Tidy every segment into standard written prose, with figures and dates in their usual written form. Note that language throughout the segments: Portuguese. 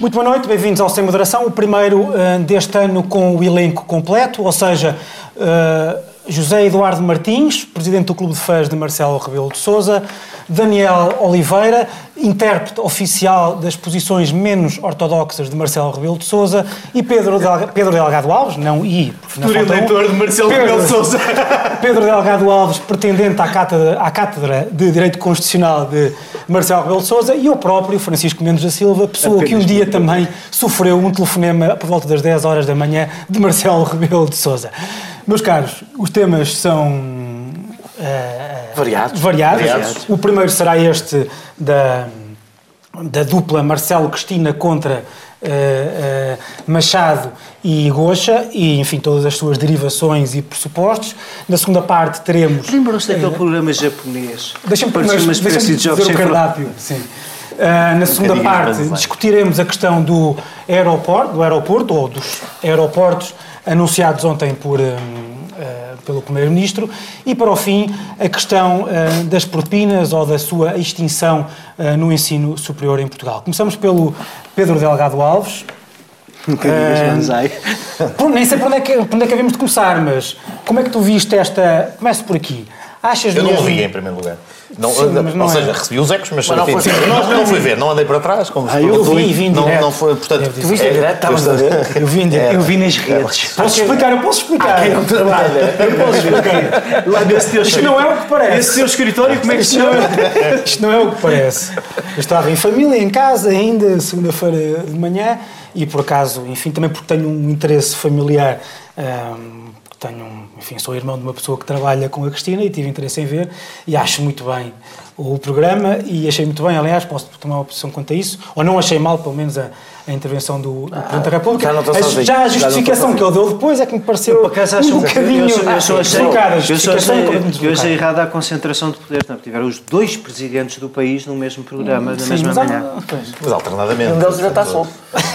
Muito boa noite, bem-vindos ao Sem Moderação, o primeiro deste ano com o elenco completo, ou seja, José Eduardo Martins, presidente do Clube de Fãs de Marcelo Rebelo de Sousa, Daniel Oliveira, intérprete oficial das posições menos ortodoxas de Marcelo Rebelo de Sousa, e Pedro Delgado Alves, futuro eleitor de Marcelo Rebelo de Sousa. Pedro Delgado Alves, pretendente à cátedra de Direito Constitucional de Marcelo Rebelo de Sousa, e eu próprio, Francisco Mendes da Silva, pessoa que um dia também sofreu um telefonema por volta das 10 horas da manhã de Marcelo Rebelo de Sousa. Meus caros, os temas são variados. O primeiro será este da dupla Marcelo-Cristina contra Machado e Gocha e, enfim, todas as suas derivações e pressupostos. Na segunda parte teremos... Lembram-se daquele programa japonês? Deixa-me dizer o cardápio. Sim. Na segunda parte discutiremos a questão do aeroporto ou dos aeroportos anunciados ontem pelo Primeiro-Ministro, e para o fim a questão das propinas ou da sua extinção no ensino superior em Portugal. Começamos pelo Pedro Delgado Alves. Nem sei por onde é que havemos de começar, mas como é que tu viste esta... Começo por aqui. Eu não vi em primeiro lugar. Recebi os ecos, mas não fui ver, não andei para trás. Eu vi em direto. Não foi, portanto, tu viste em direto? Estavas a ver? Eu vi nas redes. Posso explicar? Quem não trabalha? Eu posso explicar. Lá nesse teu Isto não é o que parece. Esse teu escritório, como é que se chama? Isto não é o que parece. Eu estava em família, em casa ainda, segunda-feira de manhã, e por acaso, enfim, também porque tenho um interesse familiar... sou irmão de uma pessoa que trabalha com a Cristina e tive interesse em ver e acho muito bem o programa e achei muito bem, aliás, posso tomar uma posição quanto a isso, ou não achei mal, pelo menos, a intervenção do Presidente da República. Já a justificação que ele deu depois é que me pareceu um bocadinho deslocada. Eu achei errada a concentração de poder. Não, tiveram os dois presidentes do país no mesmo programa, na mesma manhã. Mas alternadamente. Um deles já está solto.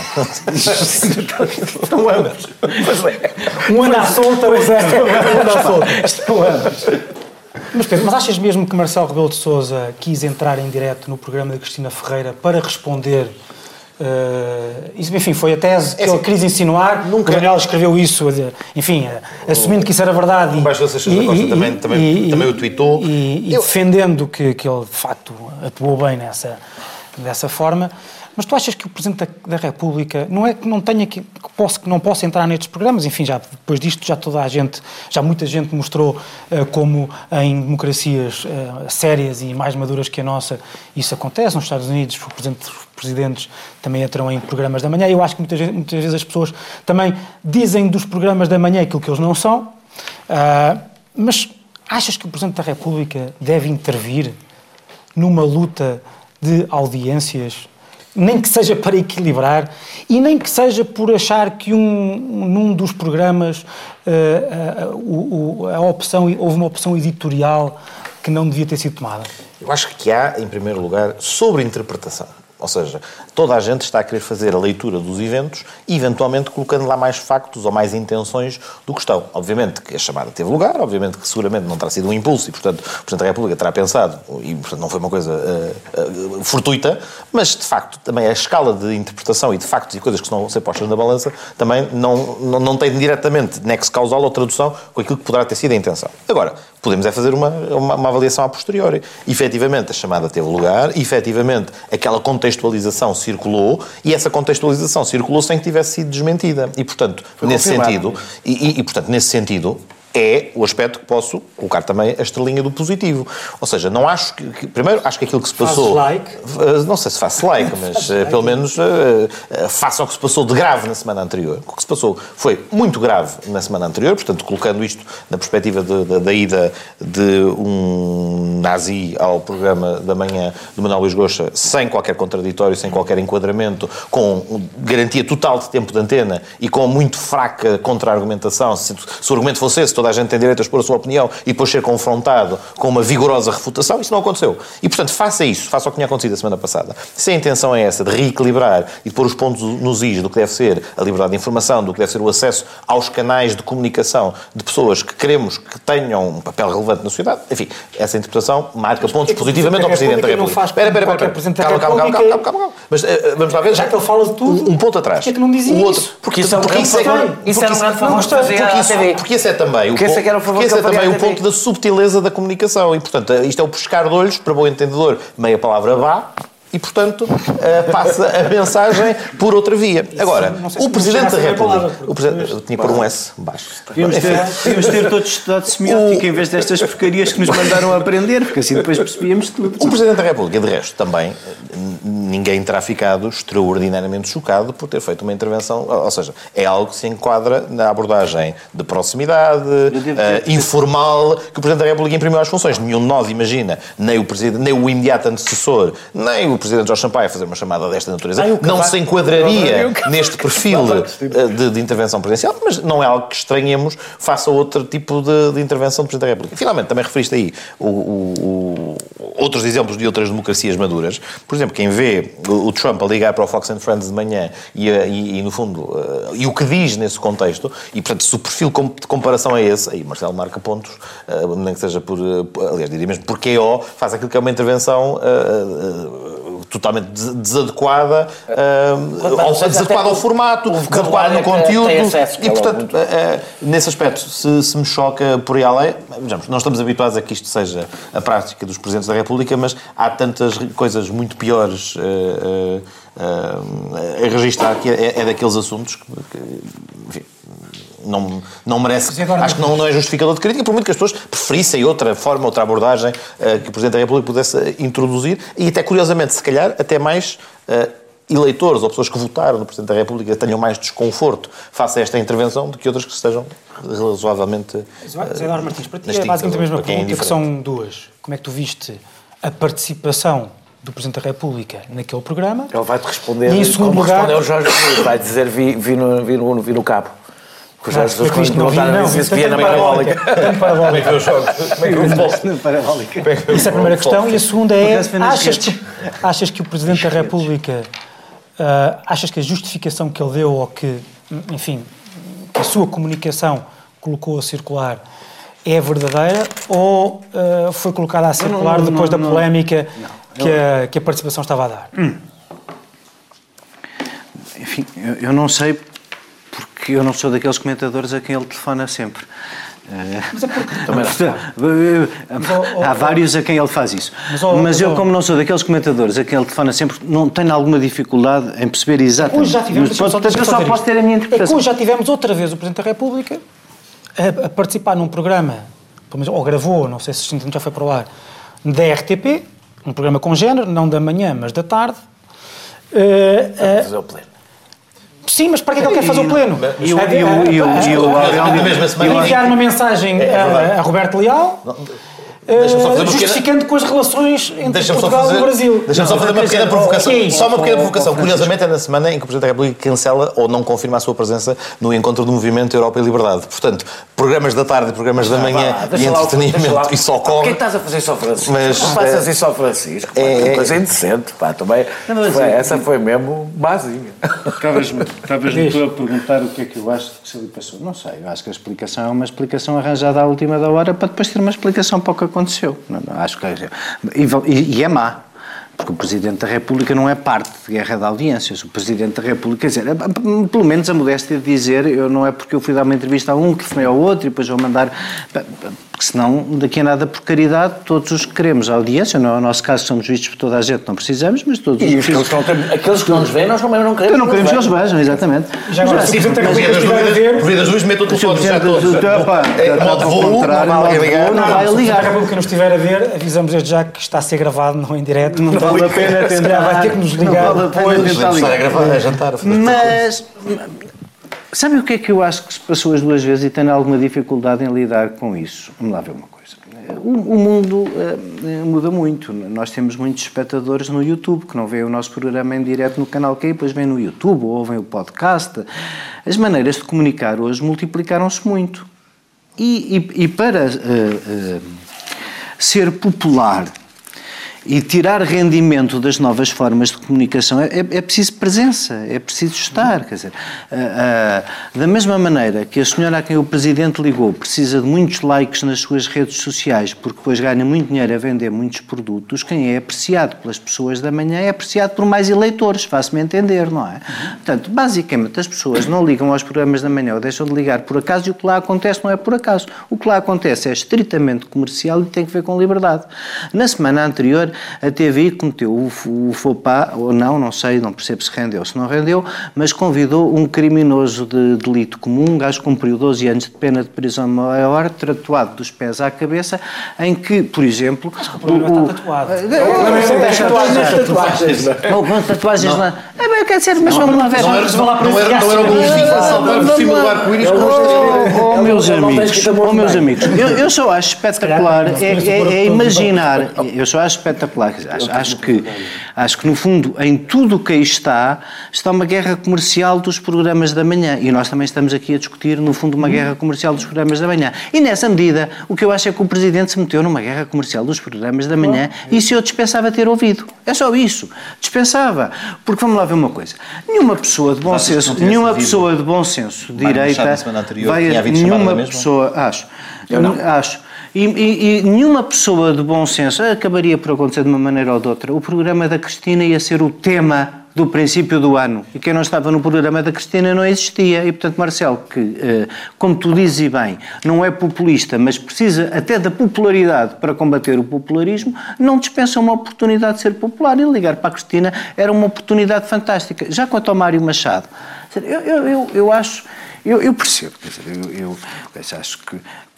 Estão ambos. Um anda à solta, estão ambos. Mas Pedro, achas mesmo que Marcelo Rebelo de Sousa quis entrar em direto no programa da Cristina Ferreira para responder? Isso, enfim, foi a tese que ele quis insinuar. O Daniel escreveu isso, enfim, assumindo que isso era verdade. O Baixo Seixas da Costa também o tweetou. E defendendo que ele, de facto, atuou bem dessa forma. Mas tu achas que o Presidente da República, não é que não tenha que não possa entrar nestes programas, enfim, já depois disto já muita gente mostrou como em democracias sérias e mais maduras que a nossa isso acontece. Nos Estados Unidos, os presidentes também entram em programas da manhã. Eu acho que muitas vezes as pessoas também dizem dos programas da manhã aquilo que eles não são. Mas achas que o Presidente da República deve intervir numa luta de audiências, nem que seja para equilibrar e nem que seja por achar que num dos programas houve uma opção editorial que não devia ter sido tomada? Eu acho que há, em primeiro lugar, sobreinterpretação. Ou seja, toda a gente está a querer fazer a leitura dos eventos e, eventualmente, colocando lá mais factos ou mais intenções do que estão. Obviamente que a chamada teve lugar, obviamente que seguramente não terá sido um impulso e, portanto, o Presidente da República terá pensado, e, portanto, não foi uma coisa fortuita, mas, de facto, também a escala de interpretação e de factos e coisas que estão a ser postas na balança também não tem diretamente nexo causal ou tradução com aquilo que poderá ter sido a intenção. Agora, podemos fazer uma avaliação a posteriori. Efetivamente, a chamada teve lugar, efetivamente, aquela contextualização circulou e essa contextualização circulou sem que tivesse sido desmentida. E, portanto, nesse sentido, é o aspecto que posso colocar também a estrelinha do positivo. Ou seja, não acho que... Primeiro, acho que aquilo que se passou... Não sei se faço like, mas pelo menos faça o que se passou de grave na semana anterior. O que se passou foi muito grave na semana anterior, portanto, colocando isto na perspectiva da ida de um nazi ao programa da manhã do Manuel Luís Gocha, sem qualquer contraditório, sem qualquer enquadramento, com garantia total de tempo de antena e com muito fraca contra-argumentação. Se o argumento fosse esse, toda a gente tem direito a expor a sua opinião e depois ser confrontado com uma vigorosa refutação, isso não aconteceu. E, portanto, faça isso, faça o que tinha acontecido a semana passada. Se a intenção é essa, de reequilibrar e de pôr os pontos nos is do que deve ser a liberdade de informação, do que deve ser o acesso aos canais de comunicação de pessoas que queremos que tenham um papel relevante na sociedade, enfim, essa interpretação marca pontos positivamente ao Presidente da República. Calma. Mas vamos lá ver. Já que ele fala de tudo, um ponto atrás. Porquê que não dizia isso? Porque isso é um grande favor de fazer à TV. Porque esse é também o ponto da subtileza da comunicação. E, portanto, isto é o pescar de olhos, para bom entendedor, meia palavra vá, e, portanto, passa a mensagem por outra via. Agora, o Presidente da República... Tinha por um S baixo. Devíamos ter todos estudado semiótica em vez destas porcarias que nos mandaram a aprender, porque assim depois percebíamos tudo. O Presidente da República, de resto, também, ninguém terá ficado extraordinariamente chocado por ter feito uma intervenção, ou seja, é algo que se enquadra na abordagem de proximidade, informal, que o Presidente da República imprimiu às funções. Nenhum de nós imagina, nem o imediato antecessor, nem o Presidente Jorge Sampaio a fazer uma chamada desta natureza, não se enquadraria neste perfil de intervenção presidencial, mas não é algo que estranhemos face a outro tipo de intervenção do Presidente da República. Finalmente, também referiste aí outros exemplos de outras democracias maduras. Por exemplo, quem vê o Trump a ligar para o Fox and Friends de manhã e no fundo, e o que diz nesse contexto, e portanto, se o perfil de comparação é esse, aí Marcelo marca pontos, nem que seja aliás, diria mesmo porque faz aquilo que é uma intervenção totalmente desadequada, desadequada ao formato, desadequada no conteúdo, e portanto, nesse aspecto, se me choca por aí além, vejamos, não estamos habituados a que isto seja a prática dos Presidentes da República, mas há tantas coisas muito piores a registrar que é daqueles assuntos que enfim, não merece, acho que não é justificador de crítica, por muito que as pessoas preferissem outra forma, outra abordagem que o Presidente da República pudesse introduzir, e até curiosamente, se calhar, até mais eleitores ou pessoas que votaram no Presidente da República tenham mais desconforto face a esta intervenção do que outras que estejam razoavelmente... Zé Eduardo Martins, para ti é basicamente a mesma pergunta, que são duas. Como é que tu viste a participação do Presidente da República naquele programa? Ele vai-te responder, e em segundo como lugar, respondeu o Jorge Jesus, vai dizer vi no cabo. Que o Jorge Jesus quando perguntaram se via na parabólica. Como é que eu jogo? Como é que eu posso? Na parabólica. Essa é a primeira questão. E a segunda é, achas que o Presidente da República, achas que a justificação que ele deu, ou que, enfim, que a sua comunicação colocou a circular, é verdadeira, ou foi colocada a circular depois da polémica que a participação estava a dar? Enfim, eu não sei, porque eu não sou daqueles comentadores a quem ele telefona sempre. Mas é porque... Há vários a quem ele faz isso. Mas eu, como não sou daqueles comentadores a quem ele telefona sempre, não tenho alguma dificuldade em perceber exatamente. Hoje já tivemos... Eu só posso ter a minha interpretação. Hoje já tivemos outra vez o Presidente da República a participar num programa, ou gravou, não sei se já foi para o ar, da RTP, um programa com género, não da manhã, mas da tarde. Fazer o pleno. Sim, mas para que é que ele quer fazer o pleno? Enviar uma mensagem a Roberto Leal, justificando com as relações entre Portugal e o Brasil. Deixa-me só fazer uma pequena provocação. Só uma pequena provocação. Curiosamente, é na semana em que o Presidente da República cancela ou não confirma a sua presença no encontro do Movimento Europa e Liberdade. Portanto, programas da tarde e programas da manhã e entretenimento e só corre. Por que estás a fazer só Francisco? Não faças isso só Francisco. É coisa indecente, pá, também. Essa foi mesmo básica. Estavas-me tu a perguntar o que é que eu acho que se ali passou. Não sei, eu acho que a explicação é uma explicação arranjada à última da hora para depois ter uma explicação para o que aconteceu. Não, acho que e é má. Porque o Presidente da República não é parte de guerra de audiências. O Presidente da República, quer dizer, pelo menos a modéstia de dizer, não é porque eu fui dar uma entrevista a um que telefonei ao outro e depois vou mandar... Porque senão, daqui a nada, por caridade, todos os que queremos a audiência, no nosso caso somos vistos por toda a gente, não precisamos, mas todos os que aqueles que não nos veem, nós também não queremos. Não queremos que eles vejam, exatamente. Já agora, se o Presidente da República estiver a ver... Por vida das duas, mete o telefone já todos. Não vai ligar. Se o Presidente da República não estiver a ver, avisamos desde já que está a ser gravado, não em direto. Não vale a pena tentar. Vai ter que nos ligar. Não vale a pena tentar ligar. A gravar, a jantar. Mas... Sabe o que é que eu acho que se passou as duas vezes e tenho alguma dificuldade em lidar com isso? Vamos lá ver uma coisa. O mundo muda muito. Nós temos muitos espectadores no YouTube que não veem o nosso programa em direto no canal Q, depois vêm no YouTube ou ouvem o podcast. As maneiras de comunicar hoje multiplicaram-se muito. E para ser popular e tirar rendimento das novas formas de comunicação é preciso presença, é preciso estar. Quer dizer, da mesma maneira que a senhora a quem o Presidente ligou precisa de muitos likes nas suas redes sociais porque depois ganha muito dinheiro a vender muitos produtos, quem é apreciado pelas pessoas da manhã é apreciado por mais eleitores, faço-me entender, não é? Portanto, basicamente as pessoas não ligam aos programas da manhã ou deixam de ligar por acaso e o que lá acontece não é por acaso. O que lá acontece é estritamente comercial e tem que ver com liberdade. Na semana anterior a TVI cometeu o faux pas, ou não sei, não percebo se rendeu, se não rendeu, mas convidou um criminoso de delito comum, um gajo que cumpriu 12 anos de pena de prisão maior, tatuado dos pés à cabeça, em que, por exemplo... Mas o problema está tatuado. Tatuagens lá. Quer dizer, mas vamos lá ver. Não era o golfinho a salvar por cima do arco-íris com meus amigos, eu só acho espetacular é imaginar, eu só acho espetacular, acho que no fundo em tudo o que aí está uma guerra comercial dos programas da manhã e nós também estamos aqui a discutir no fundo uma guerra comercial dos programas da manhã e nessa medida o que eu acho é que o Presidente se meteu numa guerra comercial dos programas da manhã e isso eu dispensava ter ouvido, é só isso, dispensava, porque vamos lá ver uma coisa, nenhuma pessoa de bom senso, direita vai, nenhuma pessoa, acho, e nenhuma pessoa de bom senso acabaria por acontecer de uma maneira ou de outra. O programa da Cristina ia ser o tema do princípio do ano. E quem não estava no programa da Cristina não existia. E, portanto, Marcelo, que, como tu dizes e bem, não é populista, mas precisa até da popularidade para combater o popularismo, não dispensa uma oportunidade de ser popular. E ligar para a Cristina era uma oportunidade fantástica. Já quanto ao Mário Machado, eu acho... Eu percebo, quer dizer, eu acho que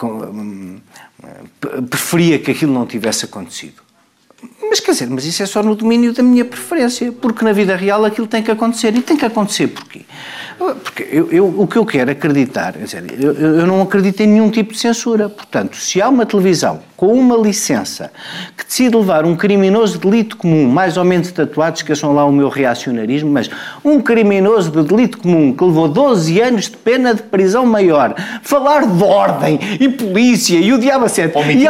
preferia que aquilo não tivesse acontecido. Mas quer dizer, mas isso é só no domínio da minha preferência, porque na vida real aquilo tem que acontecer. E tem que acontecer porquê? Porque o que eu quero acreditar, quer dizer, eu não acredito em nenhum tipo de censura. Portanto, se há uma televisão com uma licença que decide levar um criminoso de delito comum, mais ou menos tatuado, esqueçam lá o meu reacionarismo, mas um criminoso de delito comum que levou 12 anos de pena de prisão maior, falar de ordem e polícia e o diabo a sério, e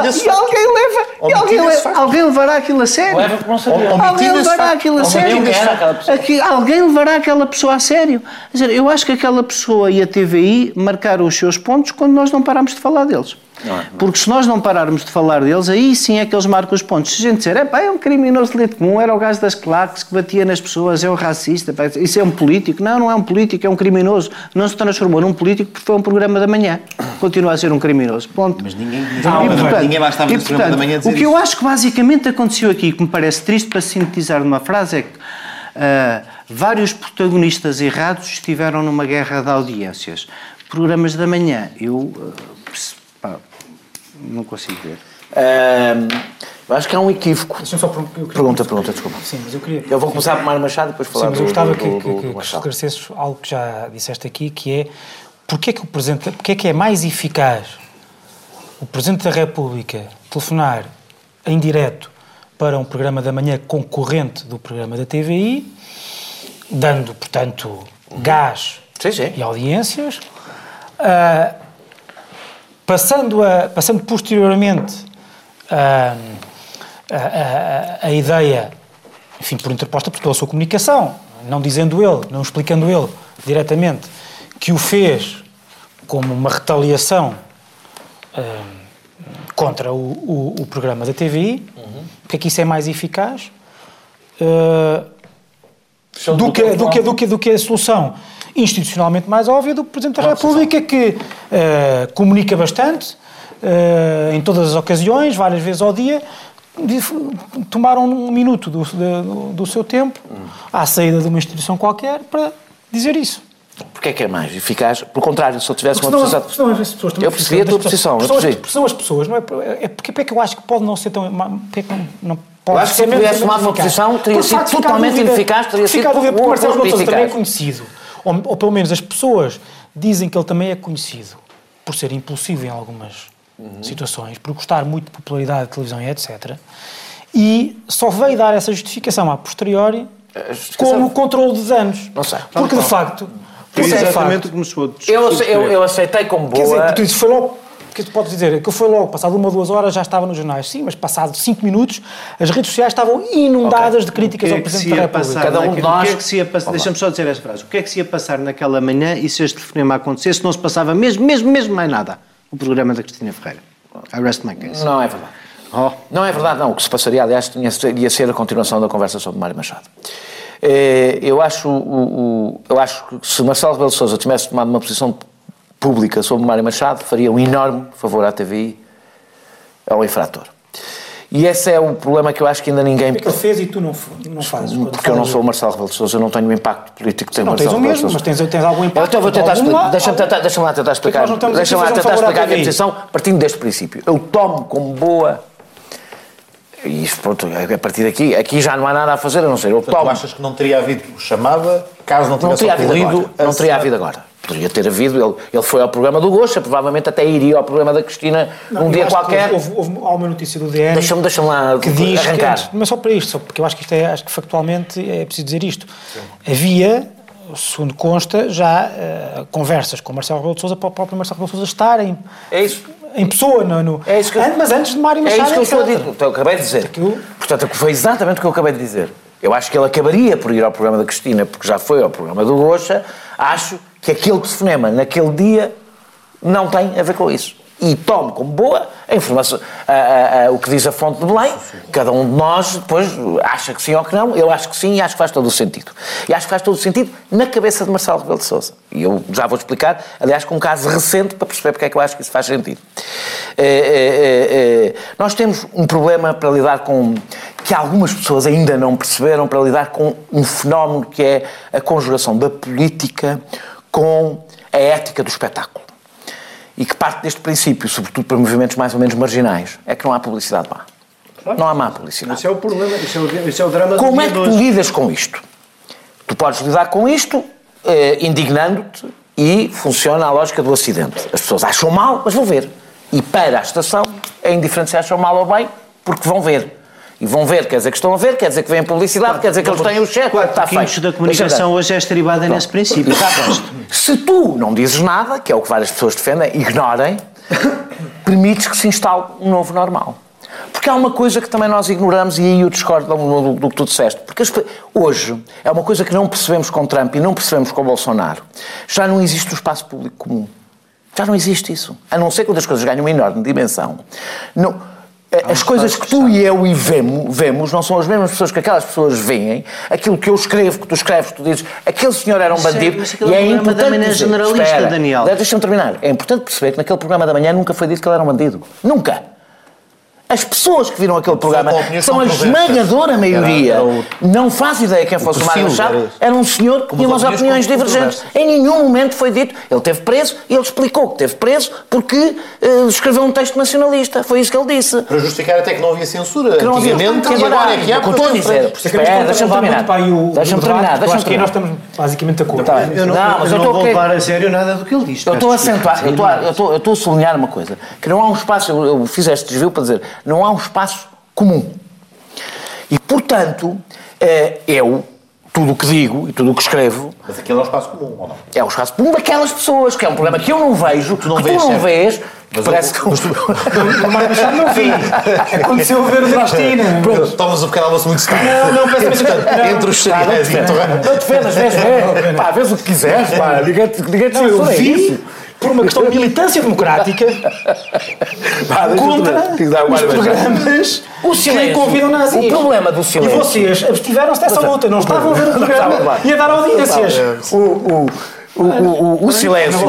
alguém levará aquilo a sério? Alguém levará aquilo a sério? Alguém levará aquela pessoa a sério? Quer dizer, eu acho que aquela pessoa e a TVI marcaram os seus pontos quando nós não paramos de falar deles. Porque se nós não pararmos de falar deles, aí sim é que eles marcam os pontos. Se a gente disser, é um criminoso de delito comum, era o gajo das claques que batia nas pessoas, é um racista, isso é um político. Não é um político, é um criminoso. Não se transformou num político porque foi um programa da manhã. Continua a ser um criminoso. Ponto. Mas ninguém vai estar no programa da manhã a dizer o que eu acho que basicamente aconteceu aqui, que me parece triste para sintetizar numa frase, é que vários protagonistas errados estiveram numa guerra de audiências. Programas da manhã, não consigo ver. Eu acho que há um equívoco. Pergunta, desculpa. Sim, mas eu queria... Eu vou começar por Mário Machado e depois falar do Machado. Sim, mas eu gostava que esclarecesses algo que já disseste aqui, que é porque é que é mais eficaz o Presidente da República telefonar em direto para um programa da manhã concorrente do programa da TVI, dando, portanto, gás e audiências, passando posteriormente a ideia, enfim, por interposta pela sua comunicação, não explicando ele diretamente, que o fez como uma retaliação contra o programa da TVI, porque é que isso é mais eficaz do que a solução institucionalmente mais óbvia do Presidente da República, que comunica bastante em todas as ocasiões, várias vezes ao dia, tomaram um minuto do seu tempo à saída de uma instituição qualquer para dizer isso. Porquê é que é mais eficaz? Pelo contrário, se eu tivesse uma posição... Eu percebi a tua posição. São as pessoas, não é? Porque é que eu acho que pode não ser tão... Eu acho que se eu tivesse tomado uma posição, teria sido totalmente ineficaz, teria sido porque Marcelo Rebelo de Sousa também é conhecido, ou pelo menos as pessoas dizem que ele também é conhecido por ser impulsivo em algumas situações, por gostar muito de popularidade de televisão e etc. E só veio dar essa justificação a posteriori como controle de danos. Não sei. Porque de facto... Foi exatamente o que começou a eu aceitei como boa... Quer dizer, isso foi logo... porque tu podes dizer que foi logo, passado 1 ou 2 horas já estava nos jornais. Sim, mas passado 5 minutos as redes sociais estavam inundadas de críticas ao Presidente da República. Cada um de nós... Deixa-me só dizer esta frase. O que é que se ia passar naquela manhã e se este telefonema acontecesse, não se passava mesmo mais nada? O programa da Cristina Ferreira. I rest my case. Não é verdade. Não é verdade, não. O que se passaria, aliás, ia ser a continuação da conversa sobre Mário Machado. Eu acho que se Marcelo Rebelo de Sousa tivesse tomado uma posição pública sobre Mário Machado, faria um enorme favor à TVI, ao infrator. E esse é o problema que eu acho que ainda ninguém... Porque ele fez e tu não fazes. Porque eu não sou o Marcelo Rebelo de Sousa, eu não tenho o impacto político que tem o Marcelo Rebelo de Sousa. Mas tens algum impacto. Então vou tentar explicar. Deixa-me lá tentar explicar. Deixa-me lá tentar explicar a minha posição partindo deste princípio. Eu tomo como boa... E isto, pronto, a partir daqui, aqui já não há nada a fazer, a não ser. Tu achas que não teria havido chamada, caso não tivesse ocorrido? Não teria havido agora. Poderia ter havido, ele foi ao programa do Gocha, provavelmente até iria ao programa da Cristina num dia qualquer. Houve uma notícia do DN deixa-me lá que diz arrancar. Mas só para isto, só porque eu acho que acho que factualmente é preciso dizer isto. Sim. Havia, segundo consta, já conversas com Marcelo Rebelo de Sousa para o próprio Marcelo Rebelo de Sousa estarem em pessoa, mas antes de Mário Machado. É isso que eu estou a dizer. Então, eu acabei de dizer. Portanto, foi exatamente o que eu acabei de dizer. Eu acho que ele acabaria por ir ao programa da Cristina, porque já foi ao programa do Gocha. Acho que aquele telefonema naquele dia não tem a ver com isso. E tomo como boa a informação, o que diz a fonte de Belém. Cada um de nós depois acha que sim ou que não. Eu acho que sim e acho que faz todo o sentido. E acho que faz todo o sentido na cabeça de Marcelo Rebelo de Sousa. E eu já vou explicar, aliás, com um caso recente para perceber porque é que eu acho que isso faz sentido. Nós temos um problema para lidar com, que algumas pessoas ainda não perceberam, para lidar com um fenómeno que é a conjugação da política com a ética do espetáculo. E que parte deste princípio, sobretudo para movimentos mais ou menos marginais, é que não há publicidade má. Claro. Não há má publicidade. Esse é o problema, esse é o drama do dia. Como é que tu lidas com isto? Tu podes lidar com isto indignando-te e funciona a lógica do acidente. As pessoas acham mal, mas vão ver. E para a estação é indiferente se acham mal ou bem, porque vão ver. E vão ver, quer dizer que estão a ver, quer dizer que vêm publicidade, quer dizer que eles têm o cheque. Está feito. Da comunicação hoje é estribada nesse princípio. Se tu não dizes nada, que é o que várias pessoas defendem, ignorem, permites que se instale um novo normal. Porque há uma coisa que também nós ignoramos, e aí eu discordo do que tu disseste, porque hoje é uma coisa que não percebemos com Trump e não percebemos com Bolsonaro. Já não existe o espaço público comum. Já não existe isso. A não ser quando as coisas ganham uma enorme dimensão. Não... As coisas que tu e eu vemos não são as mesmas pessoas que aquelas pessoas veem. Aquilo que eu escrevo, que tu escreves, tu dizes, aquele senhor era um bandido. E é importante dizer, generalista, Daniel. Deixa-me terminar. É importante perceber que naquele programa da manhã nunca foi dito que ele era um bandido. Nunca. As pessoas que viram aquele programa, são a esmagadora maioria, não faz ideia quem fosse o Mário Machado, era um senhor que tinha umas opiniões divergentes. Em nenhum momento foi dito. Ele esteve preso e ele explicou que esteve preso porque escreveu um texto nacionalista. Foi isso que ele disse. Para justificar até que não havia censura. Que não havia antigamente, e agora é que há. O que eu estou a dizer. Deixa-me terminar. Acho que nós estamos basicamente de acordo. Eu não vou levar a sério nada do que ele disse. Eu estou a acentuar, eu estou a sublinhar uma coisa, que não há um espaço, eu fiz este desvio para dizer, não há um espaço comum. E, portanto, tudo o que digo e tudo o que escrevo... Mas aquele é um espaço comum, ou não? É um espaço comum daquelas pessoas, que é um problema que eu não vejo, que tu não vês... Mas parece que... Mas não vi. Aconteceu ver o Brastina. Tomas um pequeno almoço muito cedo. Não, entre os cereais e não te defendas, vês o que quiseres, pá. Ninguém te eu vi, por uma questão de militância democrática, contra os programas que convidam nazis. O problema do silêncio... E vocês abstiveram-se dessa luta, não estavam a ver o programa e a dar audiências. O silêncio,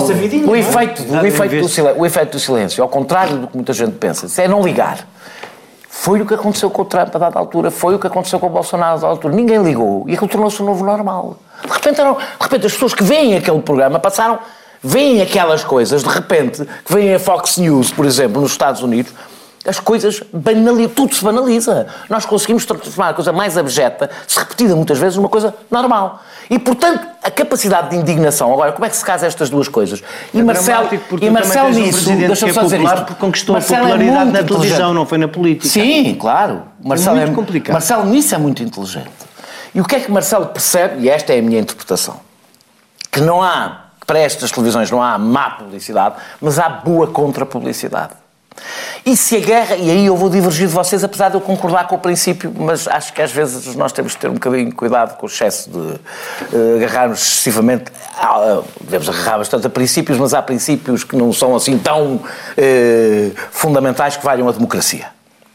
o efeito do silêncio, ao contrário do que muita gente pensa, é não ligar. Foi o que aconteceu com o Trump a dada altura, foi o que aconteceu com o Bolsonaro a dada altura. Ninguém ligou e aquilo tornou-se um novo normal. De repente as pessoas que veem aquele programa veem aquelas coisas, de repente, que veem a Fox News, por exemplo, nos Estados Unidos, as coisas tudo se banaliza. Nós conseguimos transformar a coisa mais abjeta, se repetida muitas vezes, numa coisa normal. E, portanto, a capacidade de indignação... Agora, como é que se casa estas duas coisas? E Marcelo nisso... Deixa-me só dizer isto. Porque conquistou Marcelo a popularidade na televisão, não foi na política. Sim, claro. Marcelo muito complicado. Marcelo nisso é muito inteligente. E o que é que Marcelo percebe? E esta é a minha interpretação. Que não há que para estas televisões não há má publicidade, mas há boa contra-publicidade. E se a guerra, e aí eu vou divergir de vocês, apesar de eu concordar com o princípio, mas acho que às vezes nós temos de ter um bocadinho de cuidado com o excesso de agarrarmos excessivamente, devemos agarrar bastante a princípios, mas há princípios que não são assim tão fundamentais que valham a democracia.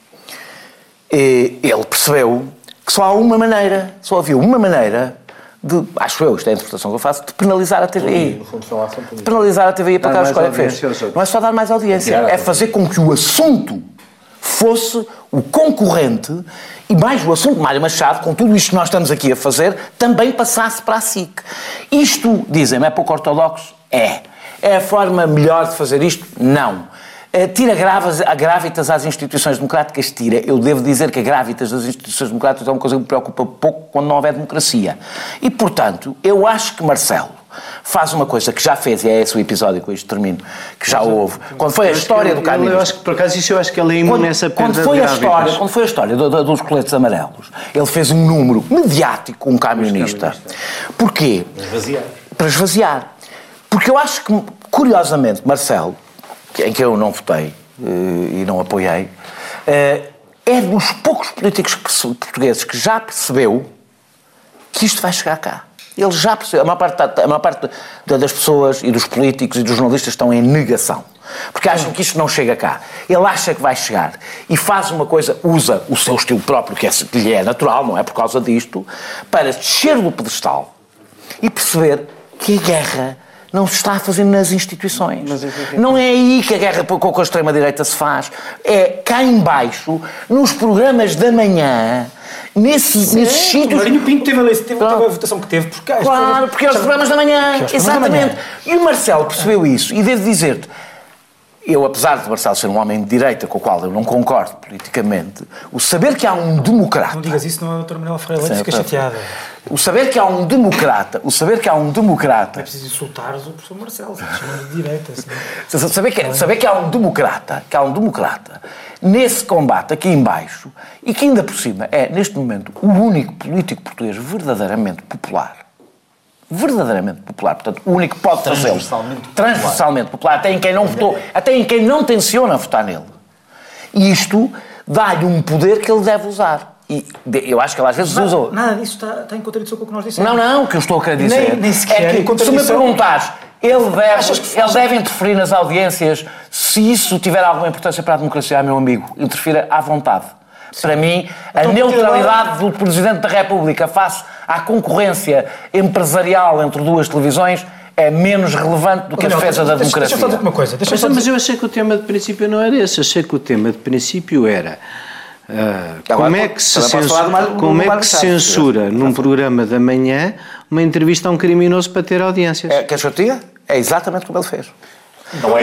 Ele percebeu que só havia uma maneira de, acho eu, isto é a interpretação que eu faço, de penalizar a TVI. De penalizar a TVI para aquela escolha que fez. Não é só dar mais audiência, é fazer com que o assunto fosse o concorrente e mais o assunto de Mário Machado, com tudo isto que nós estamos aqui a fazer, também passasse para a SIC. Isto, dizem-me, é pouco ortodoxo? É. É a forma melhor de fazer isto? Não. Tira grávitas às instituições democráticas? Tira. Eu devo dizer que a grávitas das instituições democráticas é uma coisa que me preocupa pouco quando não houver democracia. E, portanto, eu acho que Marcelo faz uma coisa que já fez, e é esse o episódio, com isto termino, que já houve. Quando foi a história do caminho... Eu acho que, por acaso, isso eu acho que ele é imune nessa perda de grávidas. Quando foi a história dos coletes amarelos, ele fez um número mediático com um camionista. Porquê? Para esvaziar. Porque eu acho que, curiosamente, Marcelo, em que eu não votei e não apoiei, é dos poucos políticos portugueses que já percebeu que isto vai chegar cá. Ele já percebeu. A maior parte das pessoas e dos políticos e dos jornalistas estão em negação. Porque acham que isto não chega cá. Ele acha que vai chegar e faz uma coisa, usa o seu estilo próprio, que lhe é natural, não é por causa disto, para descer do pedestal e perceber que a guerra não se está a fazer nas instituições. Não é aí que a guerra com a extrema-direita se faz. É cá em baixo, nos programas da manhã, nesses sítios... O Marinho Pinto teve a votação que teve. Claro, porque é os programas da manhã. Exatamente. E o Marcelo percebeu isso. E devo dizer-te, eu, apesar de Marcelo ser um homem de direita com o qual eu não concordo politicamente, o saber que há um democrata... Não digas isso, não é a doutora Manuela Ferreira Leite, fica chateada. O saber que há um democrata... Não é preciso insultar o professor Marcelo, chama de direita. Assim. Saber que há um democrata nesse combate aqui em baixo e que ainda por cima é, neste momento, o único político português verdadeiramente popular, portanto, o único que pode fazê-lo transversalmente popular, até em quem não votou, até em quem não tenciona votar nele. E isto dá-lhe um poder que ele deve usar. E eu acho que ele às vezes usa... Nada disso está em contradição com o que nós dissemos. Não, o que eu estou a querer dizer nem sequer é que, se me perguntares, ele deve interferir nas audiências, se isso tiver alguma importância para a democracia, meu amigo, interfira à vontade. Sim. Para mim, a neutralidade do Presidente da República face à concorrência empresarial entre duas televisões é menos relevante do que a defesa da democracia. Deixa eu fazer uma coisa. Mas eu achei que o tema de princípio não era esse. Achei que o tema de princípio era... como é que se censura num programa da manhã uma entrevista a um criminoso para ter audiências? Queres que eu te diga? É exatamente como ele fez. Não é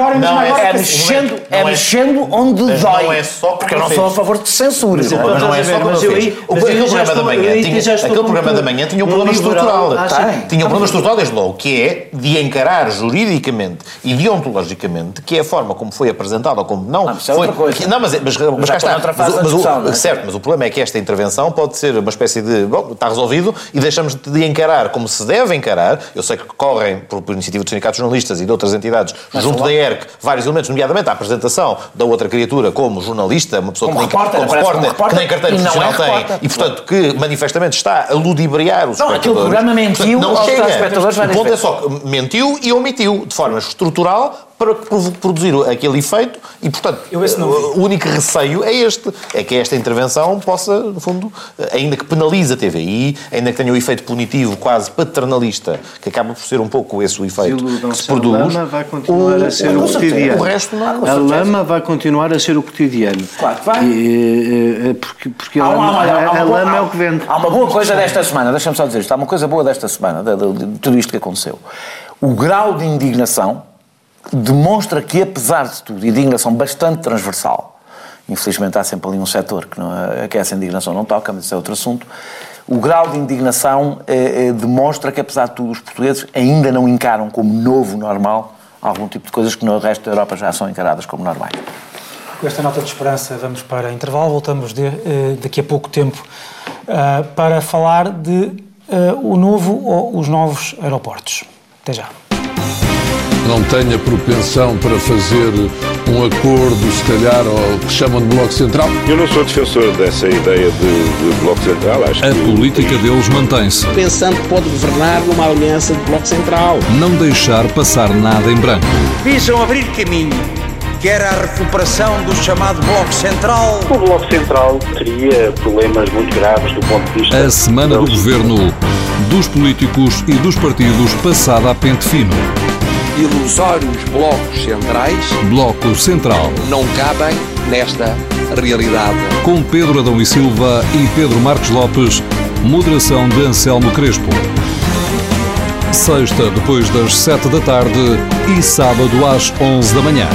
mexendo onde dói. Porque eu não sou a favor de censura. Mas não é só como ele fez. Aquele programa da manhã tinha um problema estrutural. Tinha um problema estrutural desde logo, que é de encarar juridicamente e deontologicamente que é a forma como foi apresentada ou como não foi. Não, mas cá está. Certo, mas o problema é que esta intervenção pode ser uma espécie de... Bom, está resolvido e deixamos de encarar como se deve encarar. Eu sei que correm por iniciativa dos sindicatos jornalistas e de outras entidades junto da ERC, vários elementos, nomeadamente a apresentação da outra criatura como jornalista, uma pessoa como repórter, que nem carteira profissional tem, e portanto que manifestamente está a ludibriar os espectadores. Não, aquele programa mentiu aos telespectadores. O ponto é só que mentiu e omitiu de forma estrutural para produzir aquele efeito e, portanto, o único receio é este, é que esta intervenção possa, no fundo, ainda que penalize a TVI, ainda que tenha o efeito punitivo quase paternalista, que acaba por ser um pouco esse o efeito que se produz. A lama vai continuar a ser o cotidiano. O resto não. A lama vai continuar a ser o cotidiano. Claro que vai. Porque a lama é o que vende. Há uma boa coisa desta semana, deixa-me só dizer isto, há uma coisa boa desta semana, de tudo isto que aconteceu. O grau de indignação demonstra que, apesar de tudo, indignação bastante transversal, infelizmente há sempre ali um setor que essa indignação não toca, mas isso é outro assunto, o grau de indignação demonstra que, apesar de tudo, os portugueses ainda não encaram como novo normal algum tipo de coisas que no resto da Europa já são encaradas como normais. Com esta nota de esperança vamos para intervalo, voltamos daqui a pouco tempo para falar de o novo ou os novos aeroportos. Até já. não tenha propensão para fazer um acordo, se calhar, ao que chamam de Bloco Central. Eu não sou defensor dessa ideia de Bloco Central. Acho que a política deles mantém-se. Pensando que pode governar numa aliança de Bloco Central. Não deixar passar nada em branco. Visam abrir caminho, quer a recuperação do chamado Bloco Central. O Bloco Central teria problemas muito graves do ponto de vista... A semana do governo, dos políticos e dos partidos passada a pente fino. Ilusórios blocos centrais. Bloco Central. Não cabem nesta realidade. Com Pedro Adão e Silva e Pedro Marcos Lopes, moderação de Anselmo Crespo. Sexta, depois das 7 da tarde e sábado às 11 da manhã.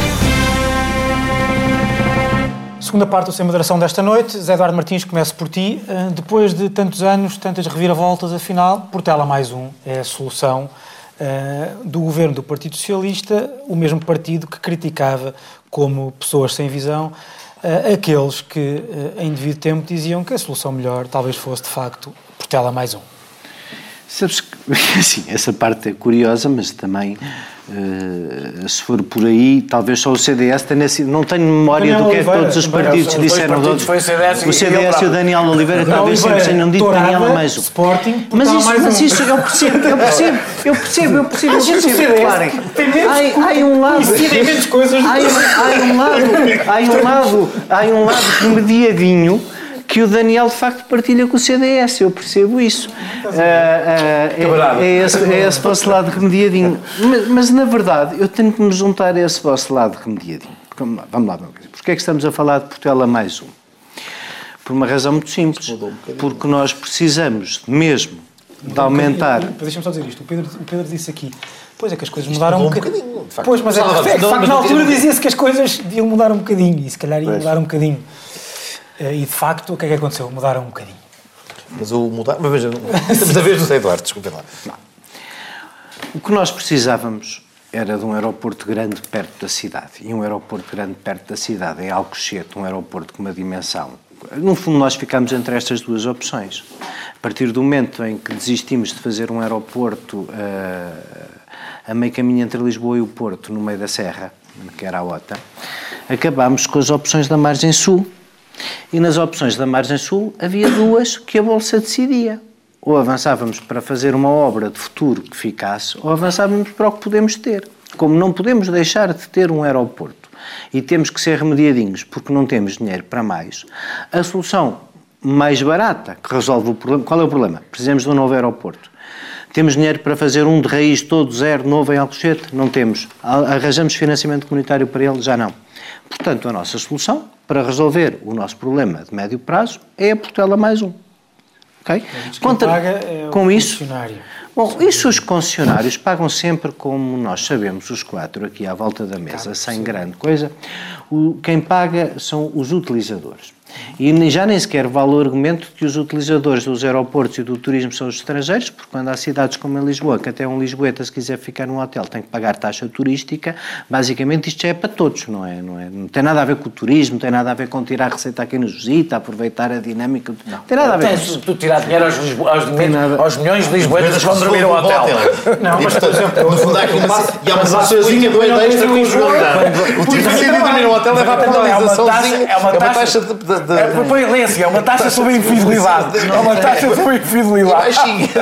Segunda parte do Sem Moderação desta noite. Zé Eduardo Martins, começo por ti. Depois de tantos anos, tantas reviravoltas, afinal, Portela mais um é a solução do governo do Partido Socialista, o mesmo partido que criticava como pessoas sem visão aqueles que, em devido tempo, diziam que a solução melhor talvez fosse, de facto, Portela mais um. Sabes que, assim, essa parte é curiosa, mas também, se for por aí, talvez só o CDS tenha sido... Não tenho memória do que é que todos os partidos disseram. O CDS e o Daniel Oliveira talvez sempre tenham dito Daniel mais um. Sporting, mas isso eu percebo. Reparem, há um lado... Há um lado remediadinho que o Daniel de facto partilha com o CDS, eu percebo isso. É esse vosso lado remediadinho. Mas na verdade eu tenho que me juntar a esse vosso lado remediadinho. Vamos lá, porque é que estamos a falar de Portela mais um? Por uma razão muito simples. Porque nós precisamos mesmo de aumentar... Deixa-me só dizer isto. O Pedro disse aqui, pois é que as coisas mudaram um bocadinho. Pois, mas é de facto na altura dizia-se que as coisas deviam mudar um bocadinho e se calhar iam mudar um bocadinho. E de facto, o que é que aconteceu? Mudaram um bocadinho. Mas o mudar... Mas veja, estamos a ver do Zé Eduardo, desculpem lá. Não. O que nós precisávamos era de um aeroporto grande perto da cidade. E um aeroporto grande perto da cidade é Alcochete, um aeroporto com uma dimensão. No fundo, nós ficámos entre estas duas opções. A partir do momento em que desistimos de fazer um aeroporto a meio caminho entre Lisboa e o Porto, no meio da serra, que era a OTA, acabámos com as opções da margem sul. E nas opções da margem sul havia duas que a Bolsa decidia. Ou avançávamos para fazer uma obra de futuro que ficasse, ou avançávamos para o que podemos ter. Como não podemos deixar de ter um aeroporto e temos que ser remediadinhos porque não temos dinheiro para mais, a solução mais barata que resolve o problema... Qual é o problema? Precisamos de um novo aeroporto. Temos dinheiro para fazer um de raiz todo zero, novo em Alcochete? Não temos. Arranjamos financiamento comunitário para ele? Já não. Portanto, a nossa solução para resolver o nosso problema de médio prazo é a Portela mais um. Okay? Com isso, bom, isso os concessionários pagam sempre, como nós sabemos, os quatro aqui à volta da mesa, sem grande coisa. Quem paga são os utilizadores. E já nem sequer vale o argumento de que os utilizadores dos aeroportos e do turismo são os estrangeiros, porque quando há cidades como em Lisboa, que até um lisboeta, se quiser ficar num hotel, tem que pagar taxa turística, basicamente isto já é para todos, não é? Não tem nada a ver com o turismo, não tem nada a ver com tirar receita a quem nos visita, aproveitar a dinâmica, não tem nada a ver com isso. Tu tirar dinheiro aos milhões de lisboetas que vão dormir ao hotel. Não, mas, por exemplo, no fundo há aqui uma sensaçãozinha do extra conjugalidade. O tipo de dormir no hotel leva a penalizaçãozinha, é uma taxa de... É uma taxa sobre a infidelidade. É uma taxa sobre a infidelidade.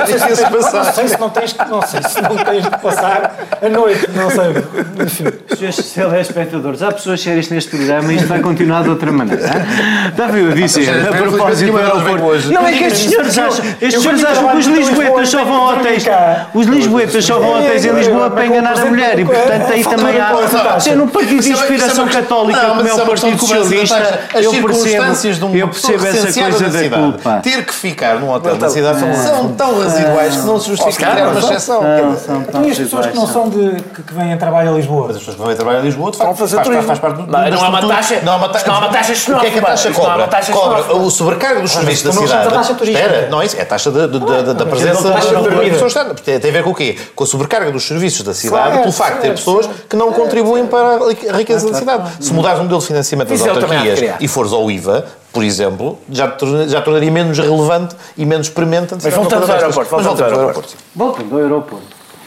Não sei se não tens de passar a noite, não sei. Enfim. Senhores telespectadores, há pessoas sérias neste programa e isto vai continuar de outra maneira. Estava eu a dizer, a propósito do aeroporto. Não, é que estes senhores acham que os lisboetas só vão a hotéis. Os lisboetas só vão a hotéis em Lisboa para enganar a mulher e, portanto, aí também há. Sendo um partido de inspiração católica como é o Partido Socialista, eu percebo essa coisa da culpa. Ter que ficar num hotel da cidade são tão residuais que não se justifica criar uma exceção. E as pessoas que não são que vêm a trabalho a Lisboa? Mas as pessoas que vêm a trabalho a Lisboa, de facto, faz parte do... Não há uma taxa. Não há uma taxa xenófoba. O que é que a taxa cobra? Cobra o sobrecargo dos serviços da cidade. Espera, não é isso. É a taxa da presença das pessoas. Tem a ver com o quê? Com a sobrecarga dos serviços da cidade, pelo facto de ter pessoas que não contribuem para a riqueza da cidade. Se mudares o modelo de financiamento das autarquias e fores ao IVA, por exemplo, já tornaria menos relevante e menos premente. Mas voltamos ao aeroporto. Voltando ao aeroporto.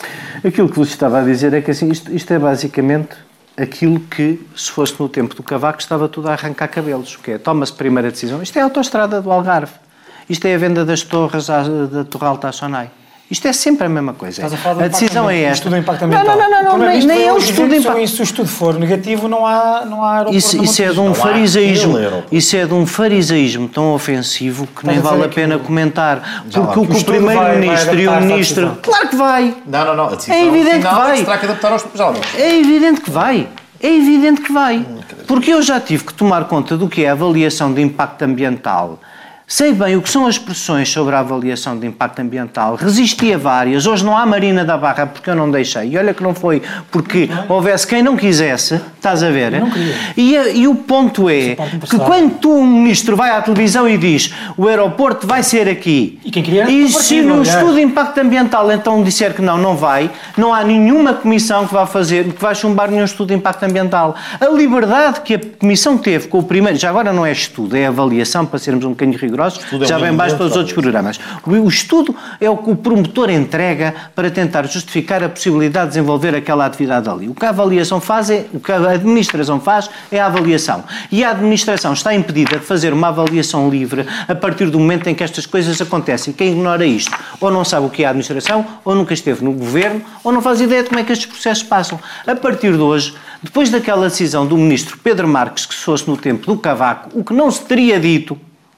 Aquilo que vos estava a dizer é que assim, isto é basicamente aquilo que, se fosse no tempo do Cavaco, estava tudo a arrancar cabelos. Que é, toma-se primeira decisão. Isto é a autoestrada do Algarve. Isto é a venda das torres da Torre Alta à Sonai. Isto é sempre a mesma coisa. A decisão é esta. Estudo de impacto ambiental. Não, nem é o estudo de impacto. Se o estudo for negativo, não há aeroporto. Isso é de um farisaísmo. Isso é de um farisaísmo tão ofensivo que nem vale a pena comentar. Porque o que o Primeiro-Ministro e o Ministro... Claro que vai. Não. A decisão é evidente que vai. Terá que adaptar aos jovens. É evidente que vai. É evidente que vai. Porque eu já tive que tomar conta do que é a avaliação de impacto ambiental. Sei bem o que são as pressões sobre a avaliação de impacto ambiental. Resisti a várias. Hoje não há Marina da Barra porque eu não deixei. E olha que não foi porque houvesse quem não quisesse. Estás a ver? Não queria. E o ponto é que quando um ministro vai à televisão e diz o aeroporto vai ser aqui. E quem queria? E se no estudo de impacto ambiental então disser que não vai, não há nenhuma comissão que vai chumbar nenhum estudo de impacto ambiental. A liberdade que a comissão teve com o primeiro, já agora não é estudo, é avaliação, para sermos um bocadinho rigorosos, já vem baixo para os outros programas. O estudo é o que o promotor entrega para tentar justificar a possibilidade de desenvolver aquela atividade ali. O que a avaliação faz o que a administração faz é a avaliação. E a administração está impedida de fazer uma avaliação livre a partir do momento em que estas coisas acontecem. Quem ignora isto ou não sabe o que é a administração, ou nunca esteve no governo, ou não faz ideia de como é que estes processos passam. A partir de hoje, depois daquela decisão do ministro Pedro Marques, que se fosse no tempo do Cavaco, o que não se teria dito